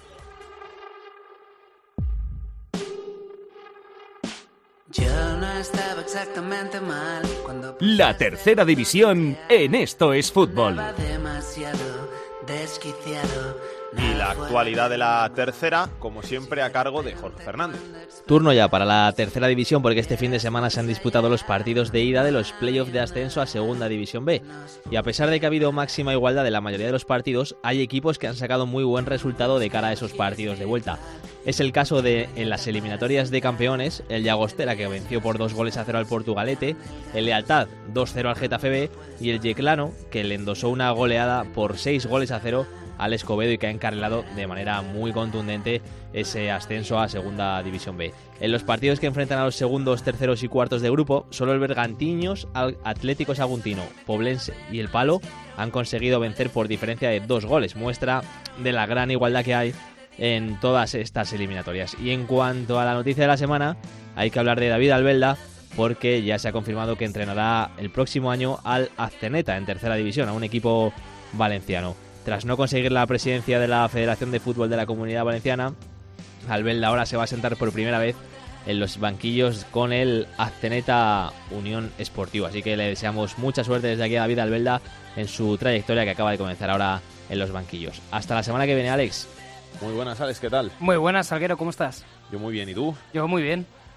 Yo no estaba exactamente mal cuando La tercera división en Esto es Fútbol. demasiado desquiciado. Y la actualidad de la tercera, como siempre, a cargo de Jorge Fernández. Turno ya para la tercera división, porque este fin de semana se han disputado los partidos de ida de los playoffs de ascenso a Segunda División B. Y a pesar de que ha habido máxima igualdad de la mayoría de los partidos, hay equipos que han sacado muy buen resultado de cara a esos partidos de vuelta. Es el caso de, en las eliminatorias de campeones, el Llagostera, que venció por dos goles a cero al Portugalete, el Lealtad dos cero al Getafe B, y el Yeclano, que le endosó una goleada por seis goles a cero al Escobedo y que ha encarrilado de manera muy contundente ese ascenso a Segunda División B. En los partidos que enfrentan a los segundos, terceros y cuartos de grupo, solo el Bergantiños, Atlético Saguntino, Poblense y el Palo han conseguido vencer por diferencia de dos goles, muestra de la gran igualdad que hay en todas estas eliminatorias. Y en cuanto a la noticia de la semana, hay que hablar de David Albelda, porque ya se ha confirmado que entrenará el próximo año al Azceneta en tercera división, a un equipo valenciano. Tras no conseguir la presidencia de la Federación de Fútbol de la Comunidad Valenciana, Albelda ahora se va a sentar por primera vez en los banquillos con el Azceneta Unión Esportiva. Así que le deseamos mucha suerte desde aquí a David Albelda en su trayectoria que acaba de comenzar ahora en los banquillos. Hasta la semana que viene, Alex. Muy buenas, Alex, ¿qué tal? Muy buenas, Salguero, ¿cómo estás? Yo muy bien, ¿y tú? Yo muy bien.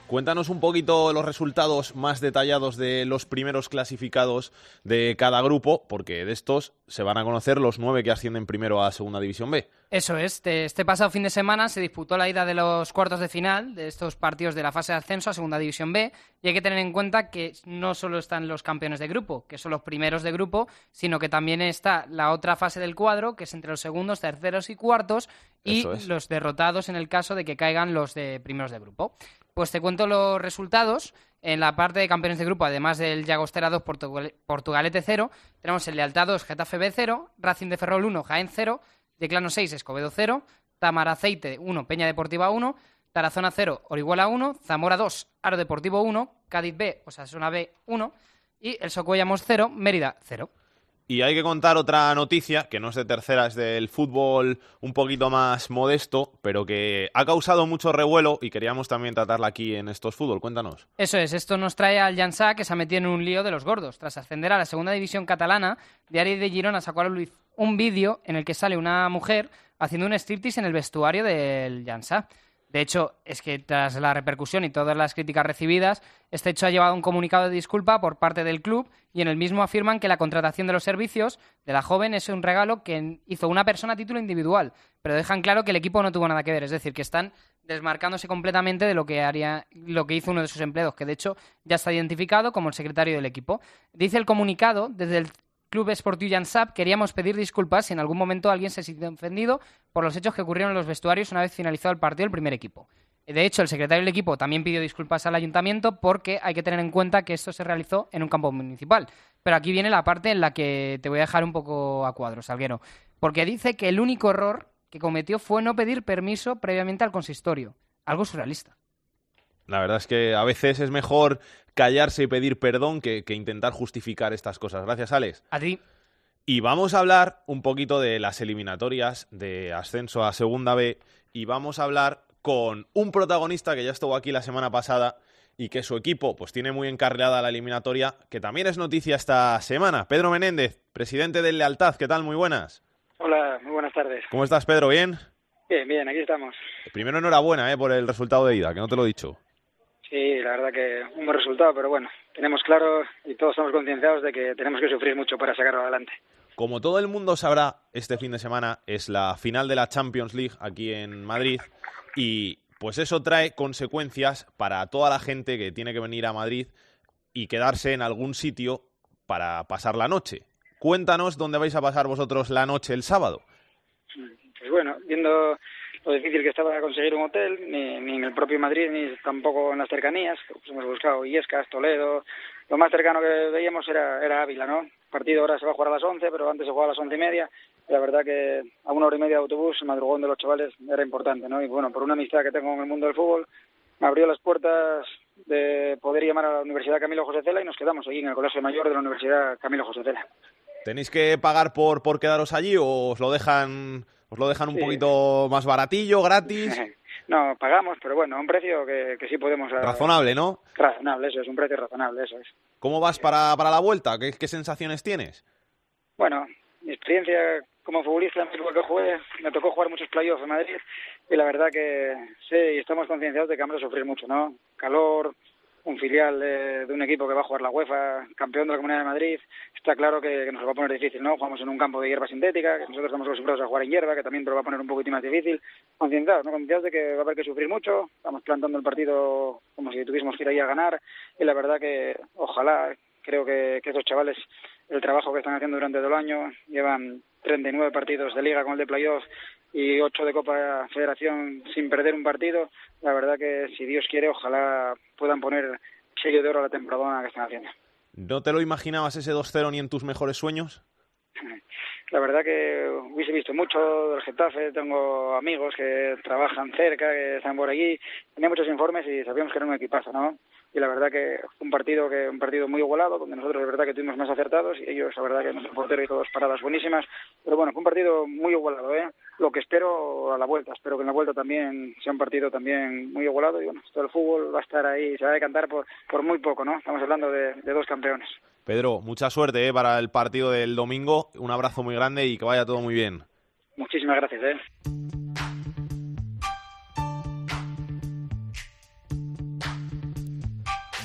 Cuéntanos un poquito los resultados más detallados de los primeros clasificados de cada grupo, porque de estos se van a conocer los nueve que ascienden primero a Segunda División B. Eso es, este, este pasado fin de semana se disputó la ida de los cuartos de final de estos partidos de la fase de ascenso a Segunda División B, y hay que tener en cuenta que no solo están los campeones de grupo, que son los primeros de grupo, sino que también está la otra fase del cuadro, que es entre los segundos, terceros y cuartos, y los derrotados en el caso de que caigan los de primeros de grupo. Pues te cuento los resultados. En la parte de campeones de grupo, además del Llagostera dos, Portugal- Portugalete cero, tenemos el Lealtad dos, Getafe B cero, Racing de Ferrol uno, Jaén cero, Yeclano seis, Escobedo cero, Tamaraceite uno, Peña Deportiva uno, Tarazona cero, Orihuela uno, Zamora dos, Aro Deportivo uno, Cádiz B, Osasuna B uno y el Socuellamos cero, Mérida cero. Y hay que contar otra noticia, que no es de tercera, es del fútbol un poquito más modesto, pero que ha causado mucho revuelo y queríamos también tratarla aquí en Estos Fútbol. Cuéntanos. Eso es, esto nos trae al Llançà, que se ha metido en un lío de los gordos. Tras ascender a la segunda división catalana, Diari de Girona sacó a la luz un vídeo en el que sale una mujer haciendo un striptease en el vestuario del Llançà. De hecho, es que tras la repercusión y todas las críticas recibidas, este hecho ha llevado a un comunicado de disculpa por parte del club y en el mismo afirman que la contratación de los servicios de la joven es un regalo que hizo una persona a título individual, pero dejan claro que el equipo no tuvo nada que ver, es decir, que están desmarcándose completamente de lo que haría, lo que hizo uno de sus empleados, que de hecho ya está identificado como el secretario del equipo. Dice el comunicado, desde el Club Esportiu Llançà queríamos pedir disculpas si en algún momento alguien se sintió ofendido por los hechos que ocurrieron en los vestuarios una vez finalizado el partido del primer equipo. De hecho, el secretario del equipo también pidió disculpas al ayuntamiento porque hay que tener en cuenta que esto se realizó en un campo municipal. Pero aquí viene la parte en la que te voy a dejar un poco a cuadro, Salguero. Porque dice que el único error que cometió fue no pedir permiso previamente al consistorio. Algo surrealista. La verdad es que a veces es mejor callarse y pedir perdón que, que intentar justificar estas cosas. Gracias, Alex. A ti. Y vamos a hablar un poquito de las eliminatorias de ascenso a Segunda B y vamos a hablar con un protagonista que ya estuvo aquí la semana pasada y que su equipo pues tiene muy encarrilada la eliminatoria, que también es noticia esta semana. Pedro Menéndez, presidente del Lealtad. ¿Qué tal? Muy buenas. Hola, muy buenas tardes. ¿Cómo estás, Pedro? ¿Bien? Bien, bien, aquí estamos. Primero, enhorabuena eh, por el resultado de ida, que no te lo he dicho. Sí, la verdad que un buen resultado, pero bueno, tenemos claro y todos estamos concienciados de que tenemos que sufrir mucho para sacarlo adelante. Como todo el mundo sabrá, este fin de semana es la final de la Champions League aquí en Madrid y pues eso trae consecuencias para toda la gente que tiene que venir a Madrid y quedarse en algún sitio para pasar la noche. Cuéntanos dónde vais a pasar vosotros la noche el sábado. Pues bueno, viendo lo difícil que estaba conseguir un hotel, ni, ni en el propio Madrid, ni tampoco en las cercanías, pues hemos buscado Illescas, Toledo, lo más cercano que veíamos era, era Ávila, ¿no? El partido ahora se va a jugar a las once, pero antes se jugaba a las once y media, y la verdad que a una hora y media de autobús, el madrugón de los chavales era importante, ¿no? Y bueno, por una amistad que tengo en el mundo del fútbol, me abrió las puertas de poder llamar a la Universidad Camilo José Cela y nos quedamos allí en el Colegio Mayor de la Universidad Camilo José Cela. ¿Tenéis que pagar por, por quedaros allí o os lo dejan... ¿Os lo dejan un sí. poquito más baratillo, gratis? No, pagamos, pero bueno, a un precio que, que sí podemos... Razonable, ¿no? Razonable, eso es, un precio razonable, eso es. ¿Cómo vas para, para la vuelta? ¿Qué, qué sensaciones tienes? Bueno, mi experiencia como futbolista, en el que jugué, me tocó jugar muchos playoffs en Madrid y la verdad que sí, estamos concienciados de que vamos a sufrir mucho, ¿no? Calor, un filial de, de un equipo que va a jugar la UEFA, campeón de la Comunidad de Madrid, está claro que, que nos lo va a poner difícil, ¿no? Jugamos en un campo de hierba sintética, que nosotros estamos acostumbrados a jugar en hierba, que también nos lo va a poner un poquitín más difícil. Concienciados, ¿no? Concienciados de que va a haber que sufrir mucho, estamos plantando el partido como si tuviésemos que ir ahí a ganar, y la verdad que ojalá, creo que, que estos chavales, el trabajo que están haciendo durante todo el año, llevan treinta y nueve partidos de Liga con el de Playoff y ocho de Copa Federación sin perder un partido, la verdad que si Dios quiere, ojalá puedan poner sello de oro a la temporada que están haciendo. ¿No te lo imaginabas ese dos cero ni en tus mejores sueños? La verdad que hubiese visto mucho del Getafe, tengo amigos que trabajan cerca, que están por allí, tenía muchos informes y sabíamos que era un equipazo, ¿no? Y la verdad que fue un partido que un partido muy igualado, donde nosotros de verdad que tuvimos más acertados y ellos la verdad que nuestro portero hizo dos paradas buenísimas, pero bueno, fue un partido muy igualado, ¿eh? Lo que espero a la vuelta, espero que en la vuelta también sea un partido también muy igualado y bueno, todo el fútbol va a estar ahí, se va a decantar por, por muy poco, ¿no? Estamos hablando de, de dos campeones. Pedro, mucha suerte ¿eh? para el partido del domingo, un abrazo muy grande y que vaya todo muy bien. Muchísimas gracias, ¿eh?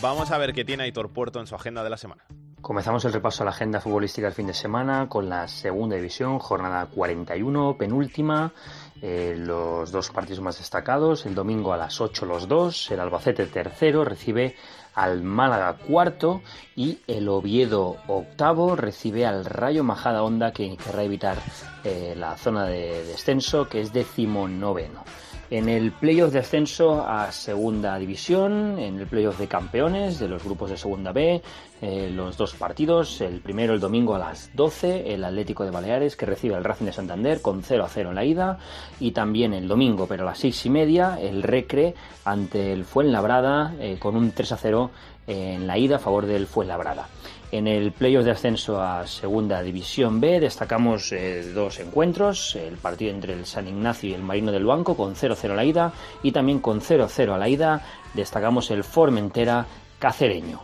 Vamos a ver qué tiene Aitor Puerto en su agenda de la semana. Comenzamos el repaso a la agenda futbolística del fin de semana con la segunda división, jornada cuarenta y uno, penúltima. Eh, los dos partidos más destacados, el domingo a las ocho los dos, el Albacete tercero recibe al Málaga cuarto y el Oviedo octavo recibe al Rayo Majadahonda, que querrá evitar eh, la zona de descenso, que es decimonoveno. En el playoff de ascenso a segunda división, en el playoff de campeones de los grupos de segunda B, eh, los dos partidos, el primero el domingo a las doce, el Atlético de Baleares que recibe al Racing de Santander con cero a cero en la ida, y también el domingo pero a las seis y media el Recre ante el Fuenlabrada eh, con un tres a cero en la ida a favor del Fuenlabrada. En el playoff de ascenso a segunda división B destacamos eh, dos encuentros, el partido entre el San Ignacio y el Marino del Banco con cero a cero a la ida, y también con cero a cero a la ida destacamos el Formentera Cacereño.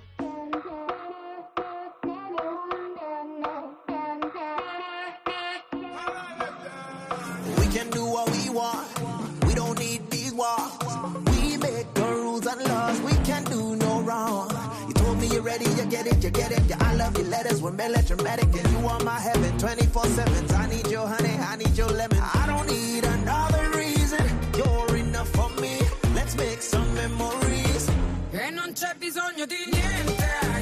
Ready, you get it, you get it. I love your letters, we're melodramatic, and you are my heaven. twenty-four seven, I need your honey, I need your lemon. I don't need another reason. You're enough for me. Let's make some memories. Que non c'è bisogno di niente.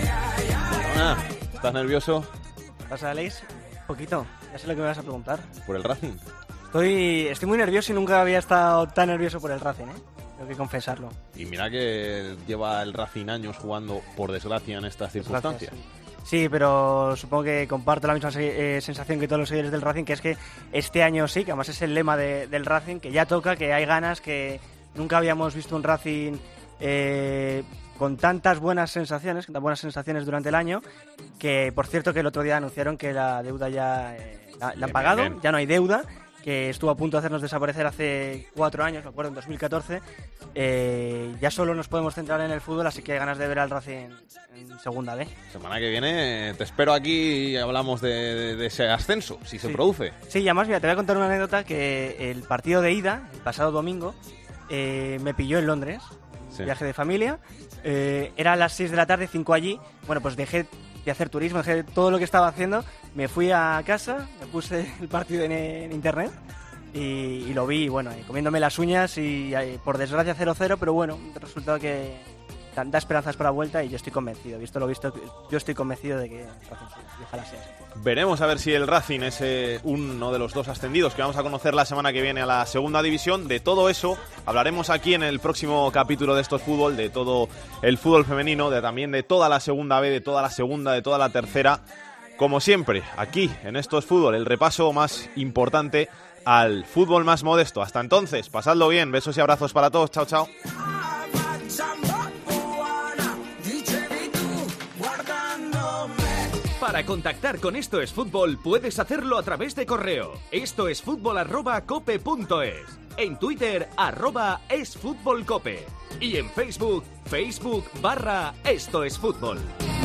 Ah, ¿estás nervioso? ¿Qué pasa, Alex? Un poquito. Ya sé lo que me vas a preguntar. ¿Por el Racing? Estoy, estoy muy nervioso y nunca había estado tan nervioso por el Racing, ¿eh? Tengo que confesarlo. Y mira que lleva el Racing años jugando, por desgracia, en estas circunstancias. Sí. sí, pero supongo que comparto la misma eh, sensación que todos los seguidores del Racing, que es que este año sí, que además es el lema de, del Racing, que ya toca, que hay ganas, que nunca habíamos visto un Racing eh, con tantas buenas sensaciones, con tantas buenas sensaciones durante el año, que por cierto que el otro día anunciaron que la deuda ya eh, la, la han pagado, bien, bien. Ya no hay deuda, que estuvo a punto de hacernos desaparecer hace cuatro años, me acuerdo, en dos mil catorce. Eh, ya solo nos podemos centrar en el fútbol, así que hay ganas de ver al Racing en segunda B. Semana que viene te espero aquí y hablamos de, de, de ese ascenso, si se sí. produce. Sí, y además, mira, te voy a contar una anécdota, que el partido de ida, el pasado domingo, eh, me pilló en Londres, sí. viaje de familia, eh, era a las seis de la tarde, cinco allí, bueno, pues dejé de hacer turismo, dejé todo lo que estaba haciendo, me fui a casa, me puse el partido en, en internet y, y lo vi, bueno, comiéndome las uñas y, y por desgracia cero cero, pero bueno, un resultado que da, da esperanzas para la vuelta y yo estoy convencido, visto lo visto, yo estoy convencido de que ojalá sea así. Veremos a ver si el Racing es eh, uno de los dos ascendidos que vamos a conocer la semana que viene a la segunda división. De todo eso hablaremos aquí en el próximo capítulo de Esto es Fútbol, de todo el fútbol femenino, de también de toda la segunda B, de toda la segunda, de toda la tercera. Como siempre, aquí en Esto es Fútbol, el repaso más importante al fútbol más modesto. Hasta entonces, pasadlo bien, besos y abrazos para todos, chao, chao. Para contactar con Esto es Fútbol puedes hacerlo a través de correo esto es fútbol arroba cope punto es, en Twitter arroba esfutbolcope y en Facebook, Facebook barra Esto es Fútbol.